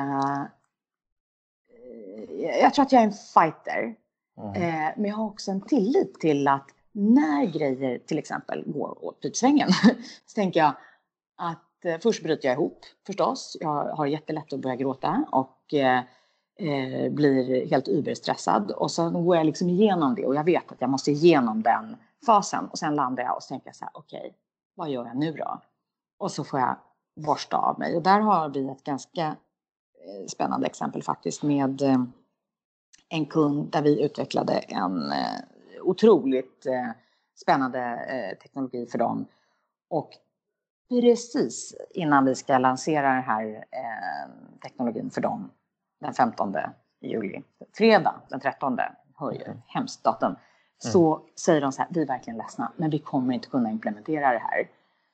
Jag tror att jag är en fighter. Mm. Eh, men jag har också en tillit till att när grejer till exempel går åt pipsvängen så tänker jag att eh, först bryter jag ihop förstås. Jag har jättelätt att börja gråta och eh, eh, blir helt überstressad. Och så går jag liksom igenom det och jag vet att jag måste igenom den fasen. Och sen landar jag och så tänker jag så här, okej, okay, vad gör jag nu då? Och så får jag borsta av mig. Och där har vi ett ganska spännande exempel faktiskt med eh, en kund där vi utvecklade en eh, otroligt eh, spännande eh, teknologi för dem. Och precis innan vi ska lansera den här eh, teknologin för dem den femtonde juli, fredag den trettonde, hör ju, hemskt datum, mm. så säger de så här, vi är verkligen ledsna, men vi kommer inte kunna implementera det här.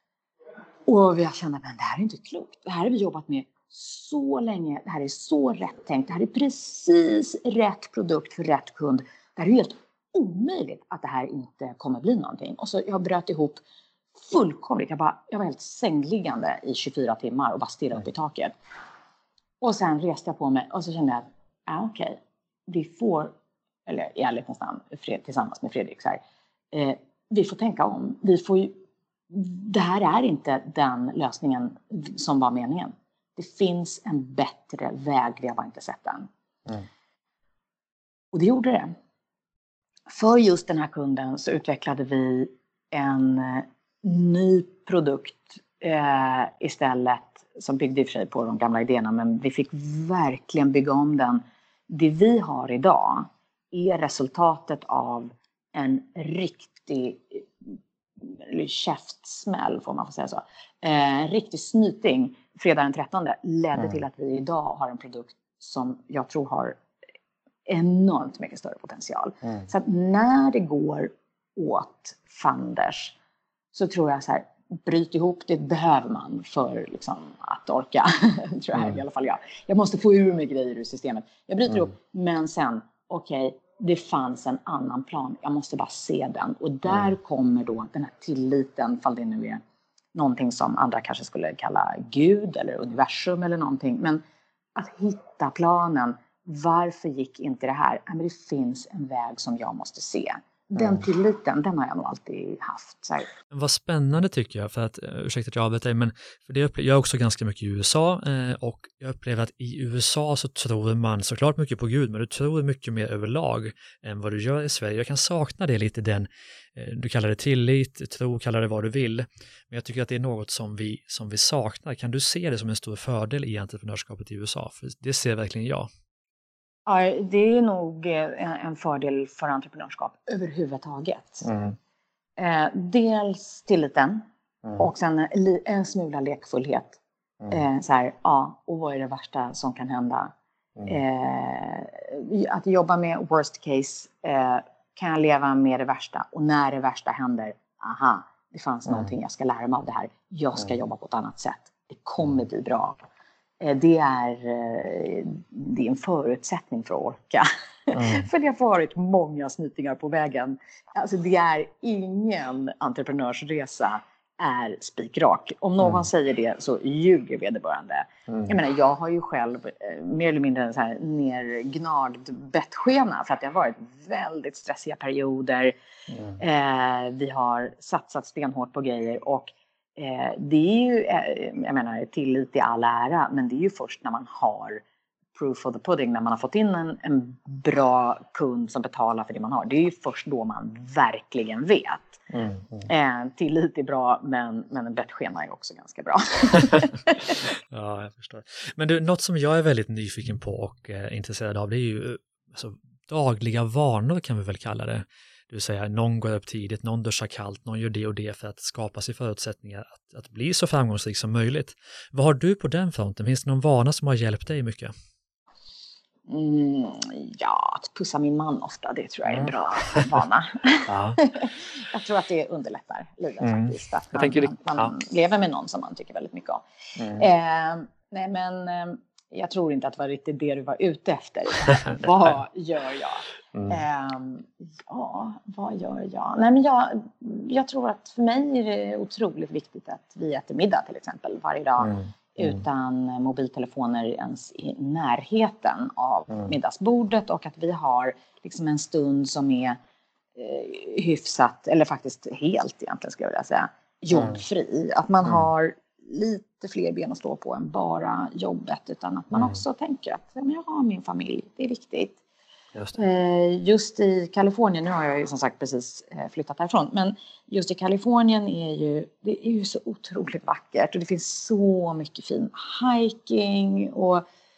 Och jag kände, men det här är inte klokt. Det här har vi jobbat med så länge. Det här är så rätt tänkt. Det här är precis rätt produkt för rätt kund. Det här är helt omöjligt att det här inte kommer bli någonting. Och så jag bröt ihop fullkomligt. Jag, bara, jag var helt sängliggande i tjugofyra timmar och bara stirrade upp i taket. Och sen reste jag på mig och så kände jag att ah, okej, okay, vi får, eller i ärlighetens namn, tillsammans med Fredrik så här, eh, vi får tänka om. Vi får ju, det här är inte den lösningen som var meningen. Det finns en bättre väg, vi har bara inte sett den. Mm. Och det gjorde det. För just den här kunden så utvecklade vi en ny produkt eh, istället. Som byggde i och för sig på de gamla idéerna. Men vi fick verkligen bygga om den. Det vi har idag är resultatet av en riktig eller käftsmäll, får man få säga så. En eh, riktig snyting fredag den trettonde ledde mm. till att vi idag har en produkt som jag tror har enormt mycket större potential. Mm. Så att när det går åt fanders så tror jag så här, bryt ihop, det behöver man för liksom, att orka. tror jag mm. i alla fall jag. Jag måste få ur mig grejer ur systemet. Jag bryter mm. ihop, men sen, okej, okay, det fanns en annan plan. Jag måste bara se den. Och där mm. kommer då den här tilliten, fall det nu är någonting som andra kanske skulle kalla Gud eller universum eller någonting. Men att hitta planen. Varför gick inte det här? Men det finns en väg som jag måste se. Den mm. tilliten, den har jag nog alltid haft. Så här. Vad spännande tycker jag, för att, ursäkta att jag avbryter dig, men för det upple- jag är också ganska mycket i U S A eh, och jag upplever att i U S A så tror man såklart mycket på Gud, men du tror mycket mer överlag än vad du gör i Sverige. Jag kan sakna det lite, den, eh, du kallar det tillit, tro, kallar det vad du vill, men jag tycker att det är något som vi, som vi saknar. Kan du se det som en stor fördel i entreprenörskapet i U S A? För det ser verkligen jag. Ja, det är nog en fördel för entreprenörskap överhuvudtaget. Mm. Eh, dels tilliten mm. och sen en, en smula lekfullhet. Mm. Eh, så här, ja, och vad är det värsta som kan hända? Mm. Eh, att jobba med worst case, eh, kan jag leva med det värsta? Och när det värsta händer, aha, det fanns mm. någonting jag ska lära mig av det här. Jag ska mm. jobba på ett annat sätt. Det kommer bli bra. Det är, det är en förutsättning för att orka. Mm. För det har varit många snytingar på vägen. Alltså det är ingen entreprenörsresa är spikrak. Om någon mm. säger det så ljuger vederbörande. Mm. Jag menar, jag har ju själv mer eller mindre en så här nergnagd bettskena. För att det har varit väldigt stressiga perioder. Mm. Eh, vi har satsat stenhårt på grejer och Eh, det är ju, eh, jag menar, tillit i all ära, men det är ju först när man har proof of the pudding, när man har fått in en, en bra kund som betalar för det man har. Det är ju först då man verkligen vet. Mm, mm. Eh, tillit är bra, men, men en bettskena är också ganska bra. Ja, jag förstår. Men du, något som jag är väldigt nyfiken på och eh, intresserad av, det är ju alltså, dagliga vanor kan vi väl kalla det. Det vill säga, någon går upp tidigt, någon duschar kallt, någon gör det och det för att skapa sig förutsättningar att, att bli så framgångsrik som möjligt. Vad har du på den fronten? Finns det någon vana som har hjälpt dig mycket? Mm, ja, att pussa min man ofta, det tror jag är en bra vana. Ja. Jag tror att det underlättar livet mm. faktiskt. Att man, man, man ja. lever med någon som man tycker väldigt mycket om. Mm. Eh, nej, men eh, jag tror inte att det var riktigt det du var ute efter. Vad gör jag? Mm. Eh, ja, vad gör jag? Nej, men jag, jag tror att för mig är det otroligt viktigt att vi äter middag till exempel varje dag. Mm. Mm. Utan mobiltelefoner ens i närheten av mm. middagsbordet. Och att vi har liksom en stund som är eh, hyfsat, eller faktiskt helt egentligen skulle jag vilja säga, jobbfri. Mm. Att man mm. har lite fler ben att stå på än bara jobbet. Utan att man mm. också tänker att ja, men jag har min familj, det är viktigt. Just, eh, just i Kalifornien, nu har jag ju som sagt precis eh, flyttat härifrån, men just i Kalifornien är ju, det är ju så otroligt vackert och det finns så mycket fin hiking och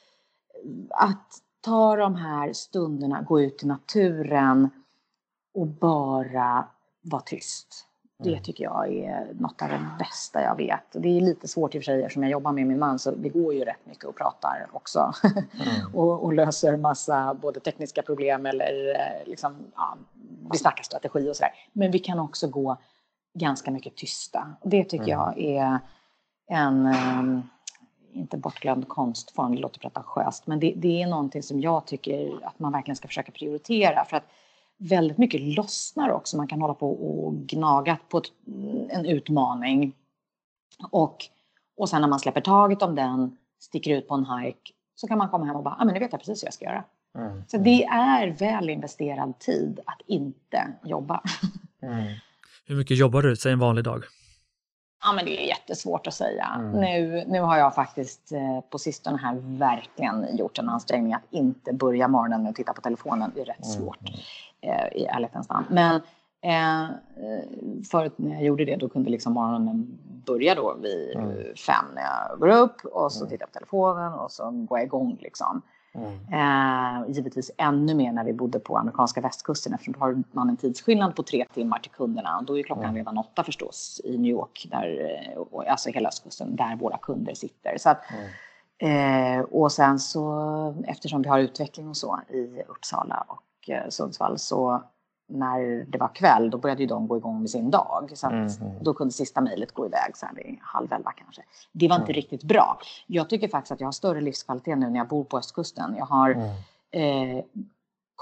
att ta de här stunderna, gå ut i naturen och bara vara tyst. Det tycker jag är något av det bästa jag vet. Och det är lite svårt i och för sig som jag jobbar med min man, så vi går ju rätt mycket och pratar också. Mm. och, och löser massa både tekniska problem eller liksom, ja, vi snackar strategi och sådär. Men vi kan också gå ganska mycket tysta. Och det tycker mm. jag är en, um, inte bortglömd konstform, det låter pretentiöst. Men det, det är någonting som jag tycker att man verkligen ska försöka prioritera. För att väldigt mycket lossnar också. Man kan hålla på och gnaga på ett, en utmaning. Och, och sen när man släpper taget om den, sticker ut på en hike, så kan man komma hem och bara, ja ah, men nu vet jag precis vad jag ska göra. Mm. Så det är väl investerad tid att inte jobba. Mm. Hur mycket jobbar du, säg en vanlig dag? Ja, men det är jättesvårt att säga. Mm. Nu, nu har jag faktiskt eh, på sistone här verkligen gjort en ansträngning att inte börja morgonen med att titta på telefonen. Det är rätt svårt eh, i ärlighetens namn. Men eh, förut när jag gjorde det, då kunde liksom morgonen börja då vid mm. fem när jag går upp och så tittar jag på telefonen och så går jag igång liksom. Mm. Eh, givetvis ännu mer när vi bodde på amerikanska västkusten, eftersom då har man en tidsskillnad på tre timmar till kunderna och då är klockan mm. redan åtta förstås i New York, där, alltså hela östkusten där våra kunder sitter. Så att, mm. eh, och sen så eftersom vi har utveckling och så i Uppsala och eh, Sundsvall, så när det var kväll, då började ju de gå igång med sin dag. Så att mm. då kunde sista mejlet gå iväg så här vid halv elva kanske. Det var inte mm. riktigt bra. Jag tycker faktiskt att jag har större livskvalitet nu när jag bor på östkusten. Jag har mm. eh, kort,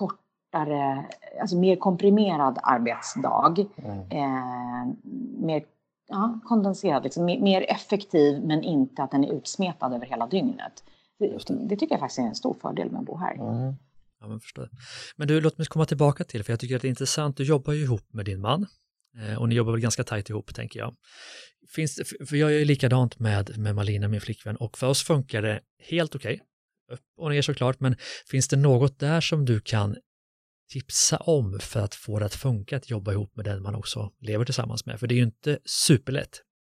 kortare, alltså mer komprimerad arbetsdag. Mm. Eh, mer ja, kondenserad, liksom, mer, mer effektiv, men inte att den är utsmetad över hela dygnet. Det, det tycker jag faktiskt är en stor fördel med att bo här. Mm. Ja, men förstår. Men du, låt mig komma tillbaka till, för jag tycker att det är intressant. Du jobbar ju ihop med din man eh, och ni jobbar väl ganska tajt ihop, tänker jag. Finns, för jag är ju likadant med, med Malina, min flickvän, och för oss funkar det helt okej. Upp och ner såklart, men finns det något där som du kan tipsa om för att få det att funka, att jobba ihop med den man också lever tillsammans med? För det är ju inte superlätt.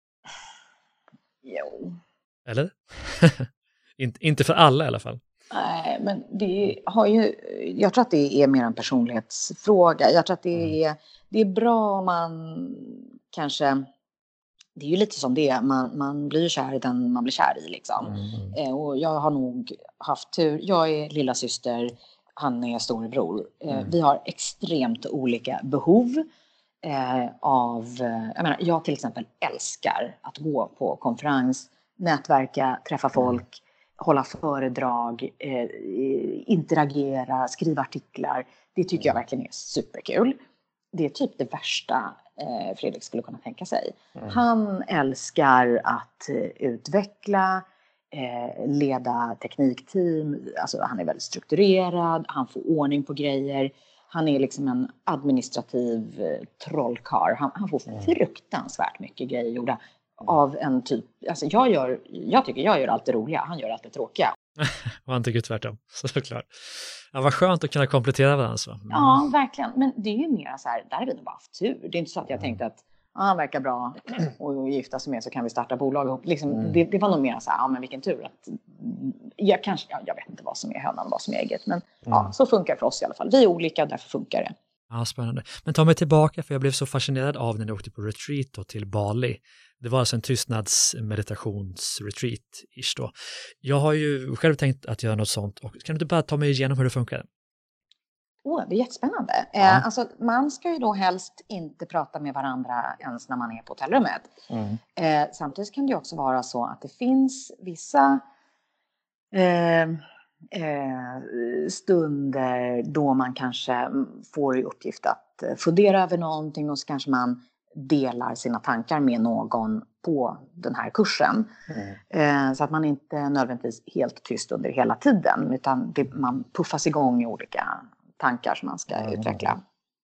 Jo. Eller? Inte, inte för alla i alla fall. Nej, men det har ju, jag tror att det är mer en personlighetsfråga. Jag tror att det är, det är bra om man kanske, det är ju lite som det är, man, man blir ju kär i den man blir kär i liksom. Mm. Eh, och jag har nog haft tur, jag är lilla syster, han är storebror. Eh, Mm. Vi har extremt olika behov eh, av, eh, jag menar, jag till exempel älskar att gå på konferens, nätverka, träffa folk, hålla föredrag, eh, interagera, skriva artiklar. Det tycker jag verkligen är superkul. Det är typ det värsta eh, Fredrik skulle kunna tänka sig. Mm. Han älskar att eh, utveckla, eh, leda teknikteam. Alltså, han är väldigt strukturerad, han får ordning på grejer. Han är liksom en administrativ eh, trollkarl. Han, han får Mm. fruktansvärt mycket grejer gjorda. Av en typ, alltså jag gör, jag tycker jag gör allt det roliga, han gör allt det tråkiga. Och han tycker tvärtom, såklart. Ja, vad skönt att kunna komplettera varandra så. Mm. Ja, verkligen. Men det är ju mer så här, där har vi nog bara haft tur. Det är inte så att jag tänkte att ah, han verkar bra och gifta sig med så kan vi starta bolag ihop. Liksom, Mm. det, det var nog mer så här, ja men vilken tur att jag kanske, ja, jag vet inte vad som är hönan, vad som är ägget. Men ja, Mm. så funkar det för oss i alla fall. Vi är olika och därför funkar det. Ja, spännande. Men ta mig tillbaka, för jag blev så fascinerad av när du åkte på retreat då, till Bali. Det var alltså en tystnadsmeditationsretreat-ish då. Jag har ju själv tänkt att göra något sånt, och kan du inte bara ta mig igenom hur det funkar? Åh, det är jättespännande. Ja. Eh, alltså, man ska ju då helst inte prata med varandra ens när man är på hotellrummet. Mm. Eh, samtidigt kan det ju också vara så att det finns vissa eh, eh, stunder då man kanske får i uppgift att eh, fundera över någonting, och så kanske man delar sina tankar med någon på den här kursen. Mm. Eh, så att man inte nödvändigtvis helt tyst under hela tiden, utan det, man puffas igång i olika tankar som man ska Mm. utveckla.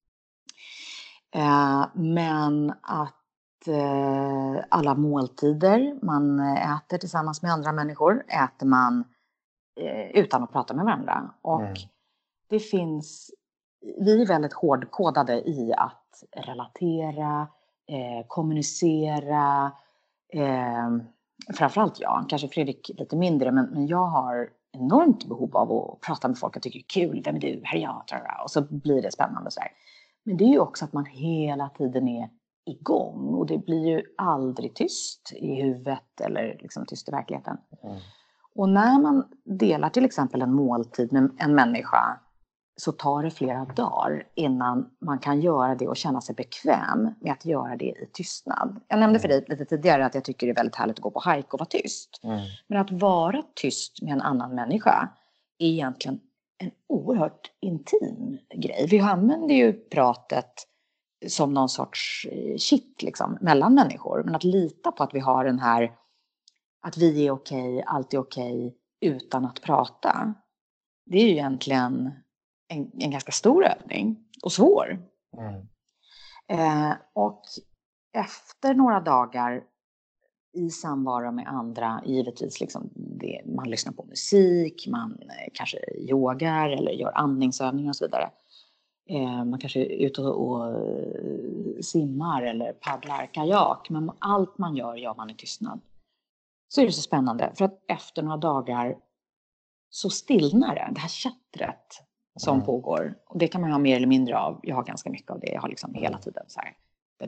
Eh, men att eh, alla måltider man äter tillsammans med andra människor äter man eh, utan att prata med varandra. Och Mm. det finns, vi är väldigt hårdkodade i att relatera, eh, kommunicera. Eh, framförallt jag, kanske Fredrik lite mindre, men, men jag har enormt behov av att prata med folk. Jag tycker det är kul, vem är du, här är jag, och så blir det spännande så här. Men det är ju också att man hela tiden är igång, och det blir ju aldrig tyst i huvudet eller liksom tyst i verkligheten. Mm. Och när man delar till exempel en måltid med en människa, så tar det flera dagar innan man kan göra det och känna sig bekväm med att göra det i tystnad. Jag nämnde för dig lite tidigare att jag tycker det är väldigt härligt att gå på hike och vara tyst. Mm. Men att vara tyst med en annan människa är egentligen en oerhört intim grej. Vi använder ju pratet som någon sorts kitt liksom, mellan människor. Men att lita på att vi har den här, att vi är okej, allt är okej utan att prata. Det är ju egentligen en, en ganska stor övning och svår. Mm. Eh, och efter några dagar i samvaro med andra, givetvis liksom det, man lyssnar på musik, man eh, kanske yogar eller gör andningsövningar och så vidare. Eh, man kanske är ute och, och simmar eller paddlar kajak, men allt man gör gör man i tystnad. Så är det så spännande, för att efter några dagar så stillnar det, det här chattret som Mm. pågår. Och det kan man ha mer eller mindre av. Jag har ganska mycket av det. Jag har liksom hela tiden så här.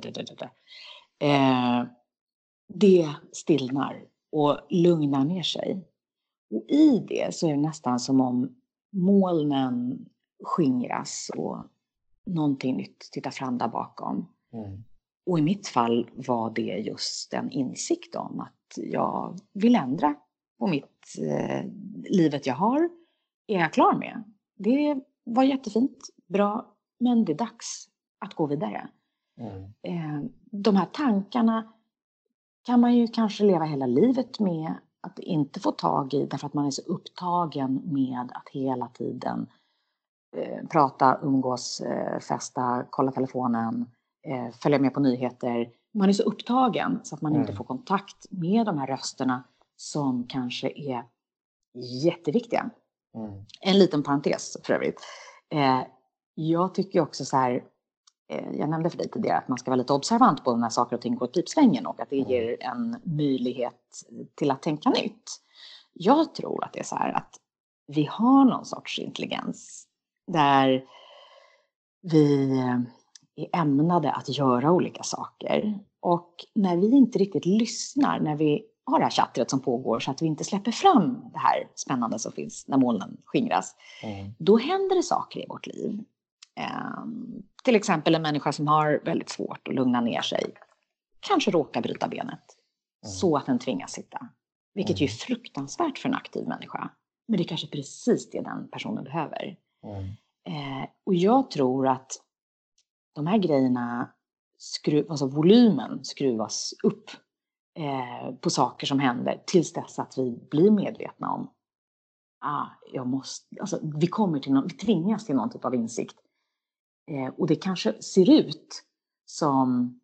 Eh, det stillnar och lugnar ner sig. Och i det så är det nästan som om molnen skingras och någonting nytt tittar fram där bakom. Mm. Och i mitt fall var det just en insikt om att jag vill ändra på mitt eh, livet jag har. Är jag klar med? Det var jättefint. bra, men det är dags att gå vidare. Mm. Eh, de här tankarna kan man ju kanske leva hela livet med att inte få tag i, därför att man är så upptagen med att hela tiden eh, prata, umgås, eh, festa, kolla telefonen, eh, följa med på nyheter. Man är så upptagen så att man Mm. inte får kontakt med de här rösterna som kanske är jätteviktiga. Mm. En liten parentes för övrigt. Eh, jag tycker också så här, eh, jag nämnde för dig tidigare att man ska vara lite observant på när saker och ting går åt pipsvängen och att det Mm. ger en möjlighet till att tänka nytt. Jag tror att det är så här att vi har någon sorts intelligens där vi är ämnade att göra olika saker. Och när vi inte riktigt lyssnar, när vi har det här chattret som pågår så att vi inte släpper fram det här spännande som finns när molnen skingras, Mm. då händer det saker i vårt liv. Um, till exempel en människa som har väldigt svårt att lugna ner sig kanske råkar bryta benet Mm. så att den tvingas sitta. Vilket ju är Mm. fruktansvärt för en aktiv människa. Men det är kanske precis det den personen behöver. Mm. Eh, och jag tror att de här grejerna, skruv, alltså volymen skruvas upp eh, på saker som händer tills dess att vi blir medvetna om ah, jag måste, alltså, vi kommer till någon, vi tvingas till någon typ av insikt. Eh, och det kanske ser ut som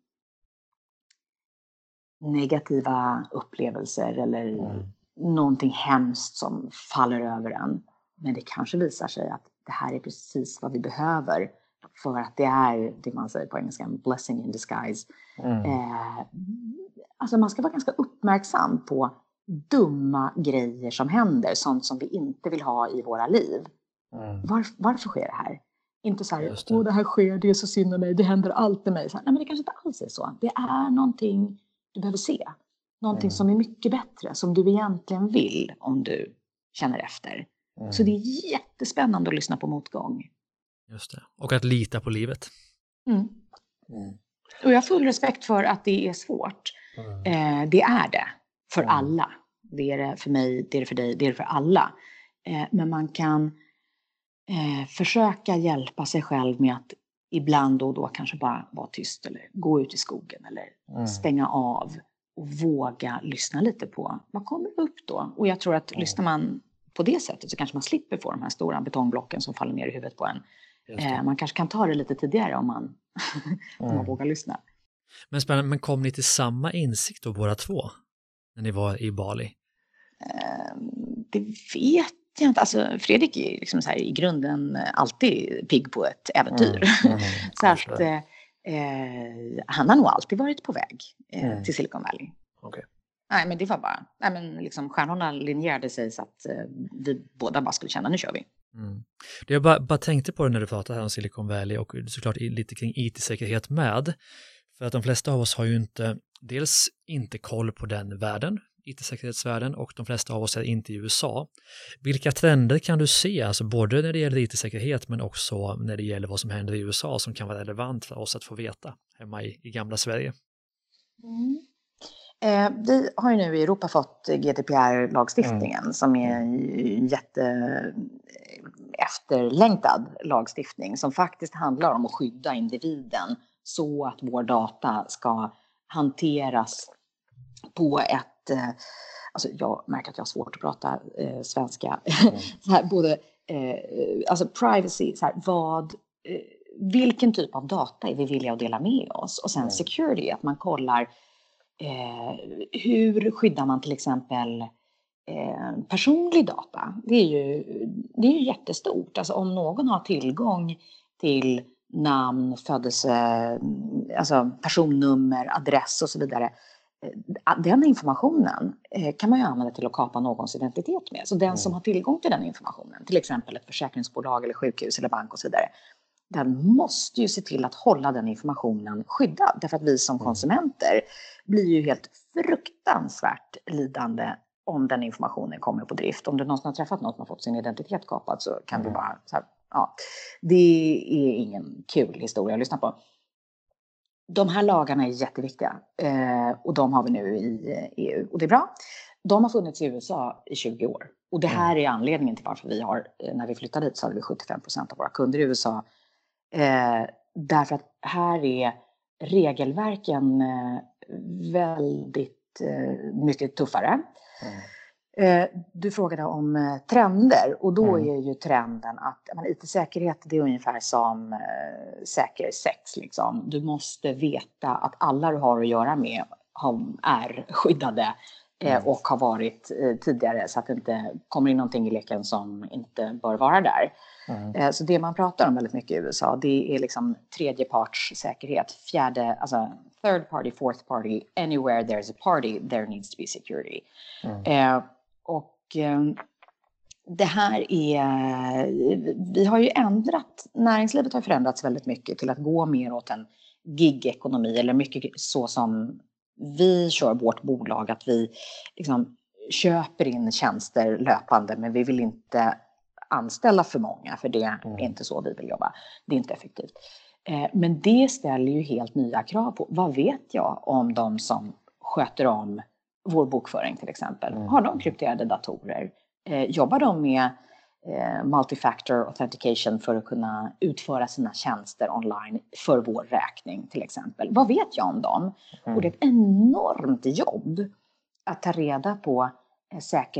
negativa upplevelser eller Mm. någonting hemskt som faller över en. Men det kanske visar sig att det här är precis vad vi behöver för att det är det man säger på engelska, en blessing in disguise. Mm. Eh, alltså man ska vara ganska uppmärksam på dumma grejer som händer, sånt som vi inte vill ha i våra liv. Mm. Var, varför sker det här? Inte så här, Just det. åh det här sker, det är så synd om mig, det händer alltid mig. Så här, nej men det kanske inte alls är så. Det är någonting du behöver se. Någonting Mm. som är mycket bättre, som du egentligen vill om du känner efter. Mm. Så det är jättespännande att lyssna på motgång. Just det. Och att lita på livet. Mm. Mm. Och jag har full respekt för att det är svårt. Mm. Eh, det är det för Mm. alla. Det är det för mig, det är det för dig, det är det för alla. Eh, men man kan eh, försöka hjälpa sig själv med att ibland då och då kanske bara vara tyst eller gå ut i skogen eller Mm. stänga av och våga lyssna lite på vad kommer upp då. Och jag tror att Mm. lyssnar man på det sättet så kanske man slipper få de här stora betongblocken som faller ner i huvudet på en. Just det. Eh, man kanske kan ta det lite tidigare om man, om man Mm. vågar lyssna. Men spännande, men kom ni till samma insikt då båda två? När ni var i Bali? Eh, det vet jag inte. Alltså, Fredrik är liksom så här, i grunden alltid pigg på ett äventyr. Mm. Mm. så att eh, eh, han har nog alltid varit på väg eh, Mm. till Silicon Valley. Okej. Nej, men det var bara, nej, men liksom stjärnorna linjerade sig så att eh, vi båda bara skulle känna, nu kör vi. Mm. Det jag bara, bara tänkte på det när du pratade här om Silicon Valley och såklart i- lite kring I T-säkerhet med. För att de flesta av oss har ju inte, dels inte koll på den världen, I T-säkerhetsvärlden, och de flesta av oss är inte i U S A. Vilka trender kan du se, alltså både när det gäller I T-säkerhet men också när det gäller vad som händer i U S A som kan vara relevant för oss att få veta hemma i, i gamla Sverige? Mm. Eh, vi har ju nu i Europa fått G D P R-lagstiftningen Mm. som är en jätte efterlängtad lagstiftning som faktiskt handlar om att skydda individen så att vår data ska hanteras på ett, eh, alltså jag märker att jag har svårt att prata eh, svenska, Mm. så här, både eh, alltså privacy, så här, vad, eh, vilken typ av data är vi villiga att dela med oss, och sen Mm. security, att man kollar eh, hur skyddar man till exempel eh, personlig data. Det är ju, det är ju jättestort, alltså om någon har tillgång till namn, födelse, alltså personnummer, adress och så vidare. Den informationen kan man ju använda till att kapa någons identitet med. Så den som Mm. har tillgång till den informationen, till exempel ett försäkringsbolag eller sjukhus eller bank och så vidare, den måste ju se till att hålla den informationen skyddad. Därför att vi som Mm. konsumenter blir ju helt fruktansvärt lidande om den informationen kommer på drift. Om du någonsin har träffat någon som har fått sin identitet kapad så kan Mm. du bara, så här, ja, det är ingen kul historia att lyssna på. De här lagarna är jätteviktiga eh, och de har vi nu i eh, E U och det är bra. De har funnits i U S A i tjugo år och det här är anledningen till varför vi har, eh, när vi flyttade dit så hade vi sjuttiofem procent av våra kunder i U S A Eh, därför att här är regelverken eh, väldigt eh, mycket tuffare. Mm. Eh, du frågade om eh, trender och då Mm. är ju trenden att men, I T-säkerhet det är ungefär som eh, säker sex. Liksom. Du måste veta att alla du har att göra med har, är skyddade eh, Mm. och har varit eh, tidigare så att det inte kommer in någonting i leken som inte bör vara där. Mm. Eh, så det man pratar om väldigt mycket i U S A det är liksom tredjepartssäkerhet, fjärde, alltså third party, fourth party, anywhere there's a party there needs to be security. Mm. Eh, och eh, det här är, vi har ju ändrat, näringslivet har förändrats väldigt mycket till att gå mer åt en gig-ekonomi eller mycket så som vi kör vårt bolag, att vi liksom köper in tjänster löpande men vi vill inte anställa för många för det är inte så vi vill jobba, det är inte effektivt. Eh, men det ställer ju helt nya krav på, vad vet jag om de som sköter om vår bokföring till exempel. Mm. Har de krypterade datorer? Eh, jobbar de med eh, multifactor authentication för att kunna utföra sina tjänster online för vår räkning till exempel? Vad vet jag om dem? Mm. Och det är ett enormt jobb att ta reda på eh,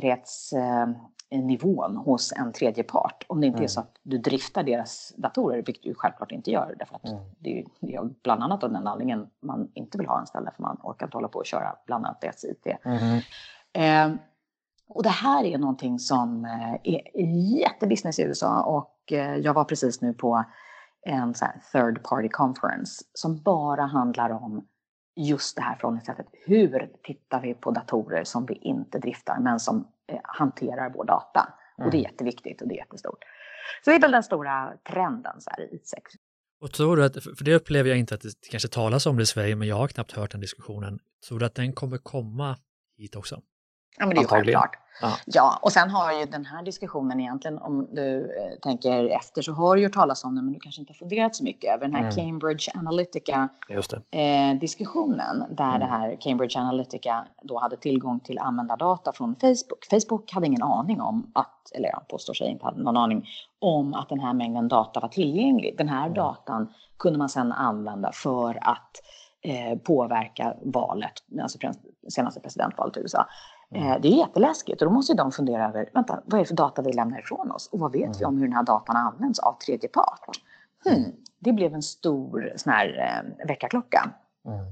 säkerhetsnivån eh, hos en tredje part. Om det inte Mm. är så att du driftar deras datorer, vilket du självklart inte gör. Därför att Mm. det är, det är bland annat av den anledningen man inte vill ha anställda, för man orkar inte hålla på och köra bland annat deras I T. Mm. Eh, och det här är någonting som eh, är jättebusiness i U S A och eh, jag var precis nu på en så här third party conference som bara handlar om just det här förhållningssättet. Hur tittar vi på datorer som vi inte driftar men som eh, hanterar vår data? Mm. Och det är jätteviktigt och det är jättestort. Så det är väl den stora trenden så här, i I T sex. Och tror du att, för det upplever jag inte att det kanske talas om det i Sverige, men jag har knappt hört den diskussionen. Tror du att den kommer komma hit också? Ja, men det är ju Antagligen. självklart. Ja. Ja, och sen har ju den här diskussionen egentligen, om du eh, tänker efter, så har du ju hört talas om den, men du kanske inte har funderat så mycket över den här Mm. Cambridge Just det. Analytica-diskussionen, där Mm. det här Cambridge Analytica då hade tillgång till användardata från Facebook. Facebook hade ingen aning om att, eller jag påstår sig inte hade någon aning om att den här mängden data var tillgänglig. Den här Mm. datan kunde man sedan använda för att eh, påverka valet, alltså senaste presidentvalet i U S A. Mm. Det är jätteläskigt och då måste ju de fundera över, vänta, vad är det för data vi lämnar ifrån oss? Och vad vet Mm. vi om hur den här datan används av tredje part? Hmm. Det blev en stor sån här eh, väckarklocka. Mm.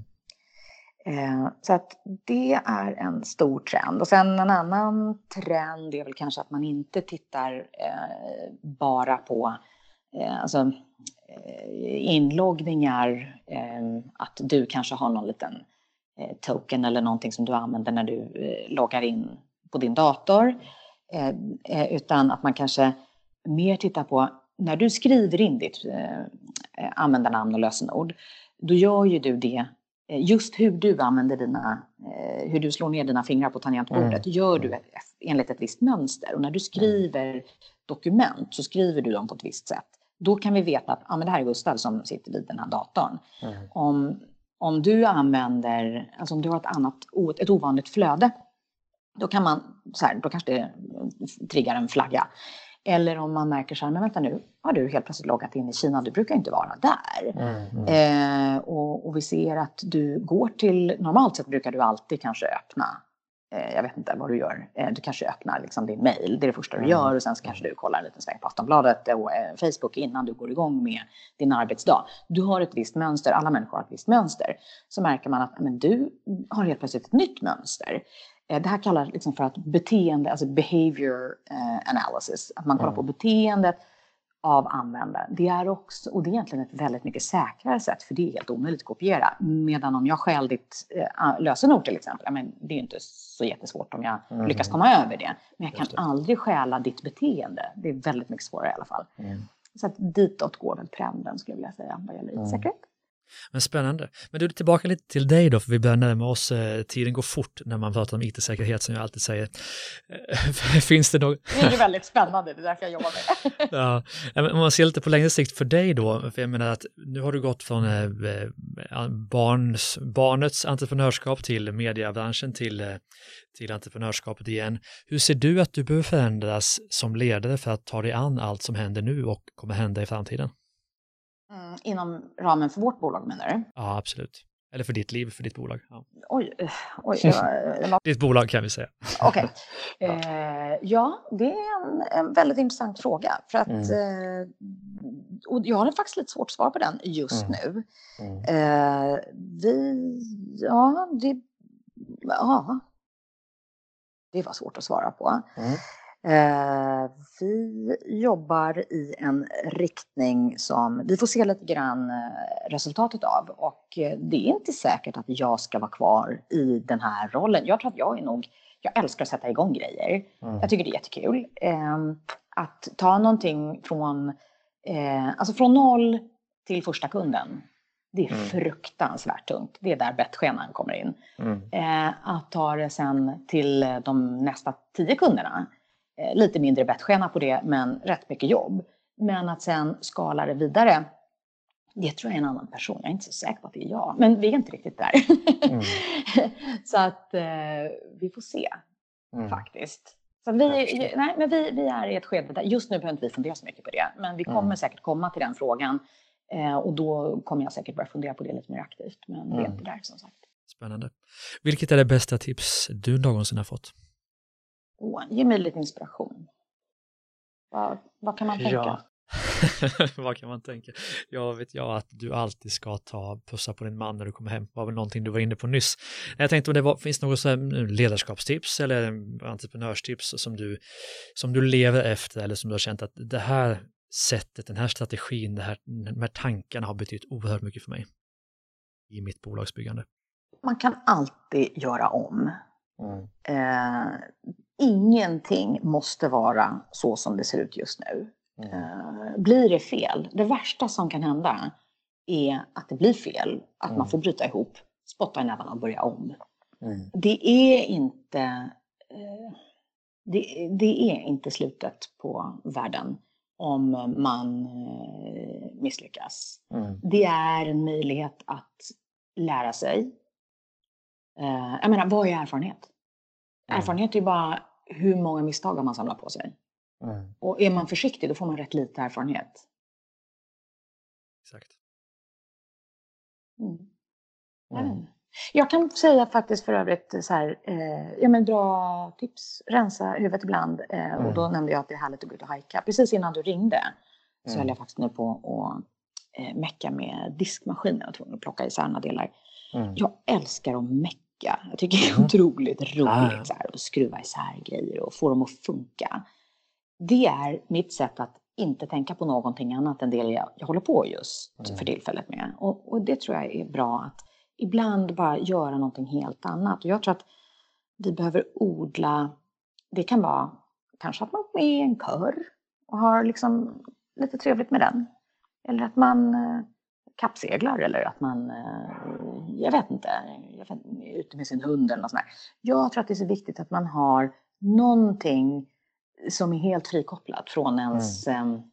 Eh, så att det är en stor trend. Och sen en annan trend är väl kanske att man inte tittar eh, bara på eh, alltså, eh, inloggningar, eh, att du kanske har någon liten token eller någonting som du använder när du eh, loggar in på din dator. Eh, eh, utan att man kanske mer tittar på när du skriver in ditt eh, användarnamn och lösenord. Då gör ju du det, eh, just hur du använder dina, eh, hur du slår ner dina fingrar på tangentbordet. Mm. Gör du ett, enligt ett visst mönster. Och när du skriver dokument så skriver du dem på ett visst sätt. Då kan vi veta att ah, men det här är Gustav som sitter vid den här datorn. Mm. Om Om du använder, alltså om du har ett annat, ett ovanligt flöde, då kan man, så här, då kanske det triggar en flagga. Eller om man märker så här, men vänta nu, har du helt plötsligt loggat in i Kina, du brukar inte vara där. Mm. Mm. Eh, och, och vi ser att du går till, normalt sett brukar du alltid kanske öppna, eh, jag vet inte vad du gör, eh, du kanske öppnar liksom din mail, det är det första du Mm. gör, och sen så kanske du kollar en liten sväng på Aftonbladet och eh, Facebook innan du går igång med din arbetsdag. Du har ett visst mönster, alla människor har ett visst mönster. Så märker man att men, du har helt plötsligt ett nytt mönster. Eh, det här kallas liksom för att beteende, alltså behavior eh, analysis, att man kollar Mm. på beteendet av användaren. Det är också, och det är egentligen ett väldigt mycket säkrare sätt, för det är helt omöjligt att kopiera. Medan om jag stjäl ditt eh, lösenord till exempel, men det är ju inte så jättesvårt om jag Mm. lyckas komma över det. Men jag kan Just det. aldrig stjäla ditt beteende. Det är väldigt mycket svårare i alla fall. Mm. Så att ditåt går väl trenden, skulle jag vilja säga, vad gäller Mm. it-säkerhet. Men spännande. Men du, tillbaka lite till dig då, för vi börjar närma oss, eh, tiden går fort när man pratar om I T-säkerhet, som jag alltid säger. Eh, finns det något... Det är ju väldigt spännande, det är därför jag jobbar med det. Ja, men om man ser lite på längre sikt för dig då, för jag menar att nu har du gått från eh, barns, barnets entreprenörskap till mediebranschen till, eh, till entreprenörskapet igen. Hur ser du att du behöver förändras som ledare för att ta dig an allt som händer nu och kommer hända i framtiden? Mm, inom ramen för vårt bolag menar du? Ja, absolut. Eller för ditt liv, för ditt bolag. Ja. Oj, oj. Det var, det var... Ditt bolag kan vi säga. Okej. Okay. Eh, ja, det är en, en väldigt intressant fråga. För att, mm. eh, och jag har faktiskt lite svårt att svara på den just mm. nu. Mm. Eh, vi, ja, det, ja, det var svårt att svara på. Mm. Eh, vi jobbar i en riktning som vi får se lite grann resultatet av, och det är inte säkert att jag ska vara kvar i den här rollen. Jag tror att jag är nog, jag älskar att sätta igång grejer. Mm. Jag tycker det är jättekul. Eh, att ta någonting från, eh, alltså från noll till första kunden. Det är mm. fruktansvärt tungt. Det är där bettskenan kommer in. Mm. Eh, att ta det sen till de nästa tio kunderna. Lite mindre bettskena på det, men rätt mycket jobb. Men att sen skala det vidare, det tror jag är en annan person. Jag är inte så säker på att det är jag. Men vi är inte riktigt där. Mm. Så att eh, vi får se, mm. faktiskt. Så vi, nej, men vi, vi är i ett skede där, just nu behöver inte vi fundera så mycket på det. Men vi kommer mm. säkert komma till den frågan. Eh, och då kommer jag säkert börja fundera på det lite mer aktivt. Men mm. det är inte där, som sagt. Spännande. Vilket är det bästa tips du någonsin har fått? Oh, ge mig lite inspiration. Vad, vad kan man tänka? Ja. Vad kan man tänka? Jag vet jag att du alltid ska ta pussa på din man när du kommer hem. Det var väl någonting du var inne på nyss. Jag tänkte om det var, finns något så här ledarskapstips eller entreprenörstips som du, som du lever efter, eller som du har känt att det här sättet, den här strategin, det här, de här tankarna har betytt oerhört mycket för mig i mitt bolagsbyggande. Man kan alltid göra om. Mm. Eh, ingenting måste vara så som det ser ut just nu. Mm. Eh, blir det fel, det värsta som kan hända är att det blir fel, att mm. man får bryta ihop, spotta i nävarna och börja om. Mm. Det är inte eh, det, det är inte slutet på världen om man eh, misslyckas. Mm. Det är en möjlighet att lära sig. Eh, jag menar, vad är erfarenhet? Mm. Erfarenhet är ju bara hur många misstag har man samlar på sig. Mm. Och är man försiktig, då får man rätt lite erfarenhet. Exakt. Mm. Mm. Jag kan säga faktiskt för övrigt så här, eh, ja men bra tips, rensa huvudet ibland. Eh, mm. Och då nämnde jag att det är härligt att gå ut och hajka. Precis innan du ringde så mm. höll jag faktiskt nu på att eh, mecka med diskmaskinen. Jag tror att plocka isär några delar. Mm. Jag älskar att mecka. Jag tycker det är otroligt roligt ah. så här, att skruva isär grejer och få dem att funka. Det är mitt sätt att inte tänka på någonting annat än det jag, jag håller på just mm. för tillfället med. Och, och det tror jag är bra, att ibland bara göra någonting helt annat. Och jag tror att vi behöver odla, det kan vara kanske att man är i en kör och har liksom lite trevligt med den. Eller att man eh, kappseglar, eller att man, eh, jag vet inte, jag vet, är ute med sin hund eller något sånt där. Jag tror att det är så viktigt att man har någonting som är helt frikopplat från ens mm. eh,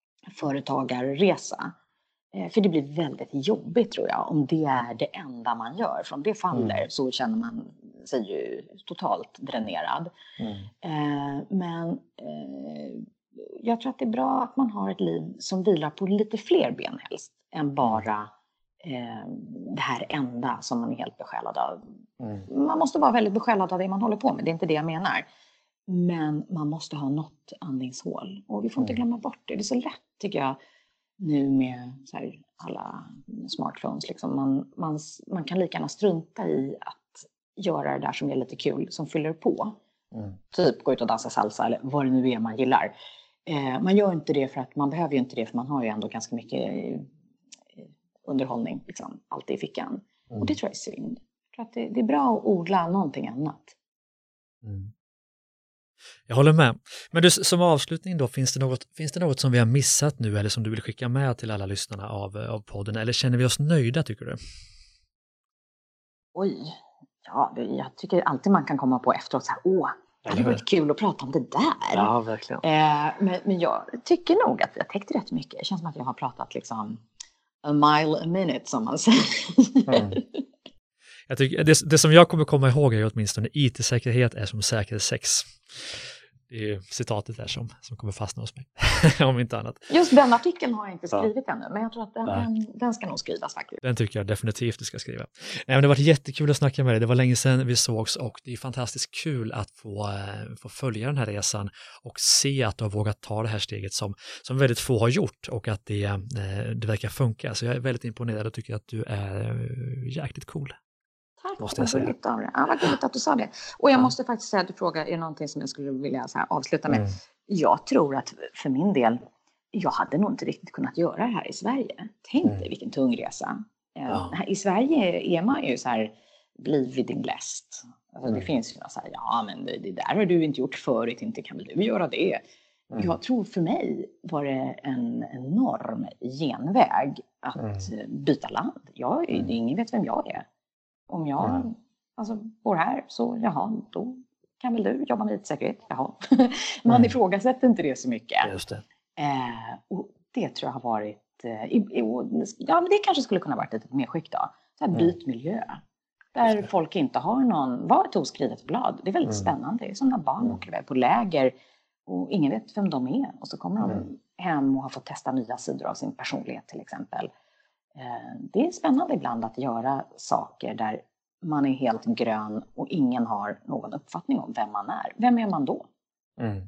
företagarresa. Eh, för det blir väldigt jobbigt, tror jag, om det är det enda man gör. För om det faller mm. så känner man sig ju totalt dränerad. Mm. Eh, men eh, jag tror att det är bra att man har ett liv som vilar på lite fler ben helst än bara eh, det här enda som man är helt besjälad av. Mm. Man måste vara väldigt besjälad av det man håller på med, det är inte det jag menar. Men man måste ha något andningshål. Och vi får inte glömma bort det. Det är så lätt, tycker jag, nu med så här, alla smartphones. Liksom. Man, man, man kan lika gärna strunta i att göra det där som är lite kul, som fyller på. Mm. Typ gå ut och dansa salsa eller vad det nu är man gillar. Eh, man gör inte det för att man behöver ju inte det, för man har ju ändå ganska mycket eh, underhållning. Liksom, alltid i fickan. Mm. Och det tror jag är synd. Jag tror att det, det är bra att odla någonting annat. Mm. Jag håller med. Men du, som avslutning då, finns det, något, finns det något som vi har missat nu, eller som du vill skicka med till alla lyssnarna av, av podden, eller känner vi oss nöjda, tycker du? Oj, ja, det, jag tycker alltid man kan komma på efteråt så här, åh, det hade varit kul att prata om det där. Ja, verkligen. Eh, men, men jag tycker nog att jag täckte rätt mycket. Det känns som att jag har pratat liksom a mile a minute, som man säger. Mm. Jag tycker, det, det som jag kommer komma ihåg är åtminstone I T-säkerhet är som säker sex. Det är citatet där som, som kommer fastna hos mig, om inte annat. Just den artikeln har jag inte skrivit ja. ännu, men jag tror att den, den, den ska nog skrivas faktiskt. Den tycker jag definitivt du ska skriva. Nej, men det har varit jättekul att snacka med dig. Det var länge sedan vi sågs och det är fantastiskt kul att få, få följa den här resan och se att du har vågat ta det här steget som, som väldigt få har gjort och att det, det verkar funka. Så jag är väldigt imponerad och tycker att du är jäkligt cool. Tack, måste jag säga. Vad av det. Ja, vad gulligt att du sa det. Och jag ja. måste faktiskt säga att du frågar, är det någonting som jag skulle vilja så här avsluta med? Mm. Jag tror att för min del, jag hade nog inte riktigt kunnat göra det här i Sverige. Tänk mm. dig vilken tung resa. Ja. Här, I Sverige är man ju så här, blivit inläst. Alltså, mm. Det finns ju så här, ja men det, det där har du inte gjort förut, inte kan väl du göra det. Mm. Jag tror för mig var det en enorm genväg att mm. byta land. Jag, mm. ingen vet vem jag är. Om jag mm. alltså, bor här så, jaha, då kan väl du jobba med IT-säkerhet? Jaha. Man mm. ifrågasätter inte det så mycket. Just det. Eh, och det tror jag har varit, eh, i, i, ja men det kanske skulle kunna varit ett medskick då. Så här, byt mm. miljö. Där folk inte har någon, vad ett oskrivet blad. Det är väldigt mm. spännande. Det är som när barn mm. åker iväg på läger och ingen vet vem de är. Och så kommer de mm. hem och har fått testa nya sidor av sin personlighet till exempel. Det är spännande ibland att göra saker där man är helt grön och ingen har någon uppfattning om vem man är. Vem är man då? Mm.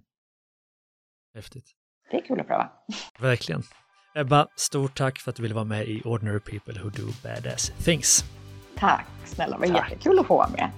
Häftigt. Det är kul att pröva. Verkligen. Ebba, stort tack för att du ville vara med i Ordinary People Who Do Badass Things. Tack snälla, det var tack. Jättekul att få vara med.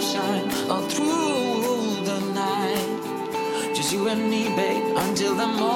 You and me, babe, until the morning.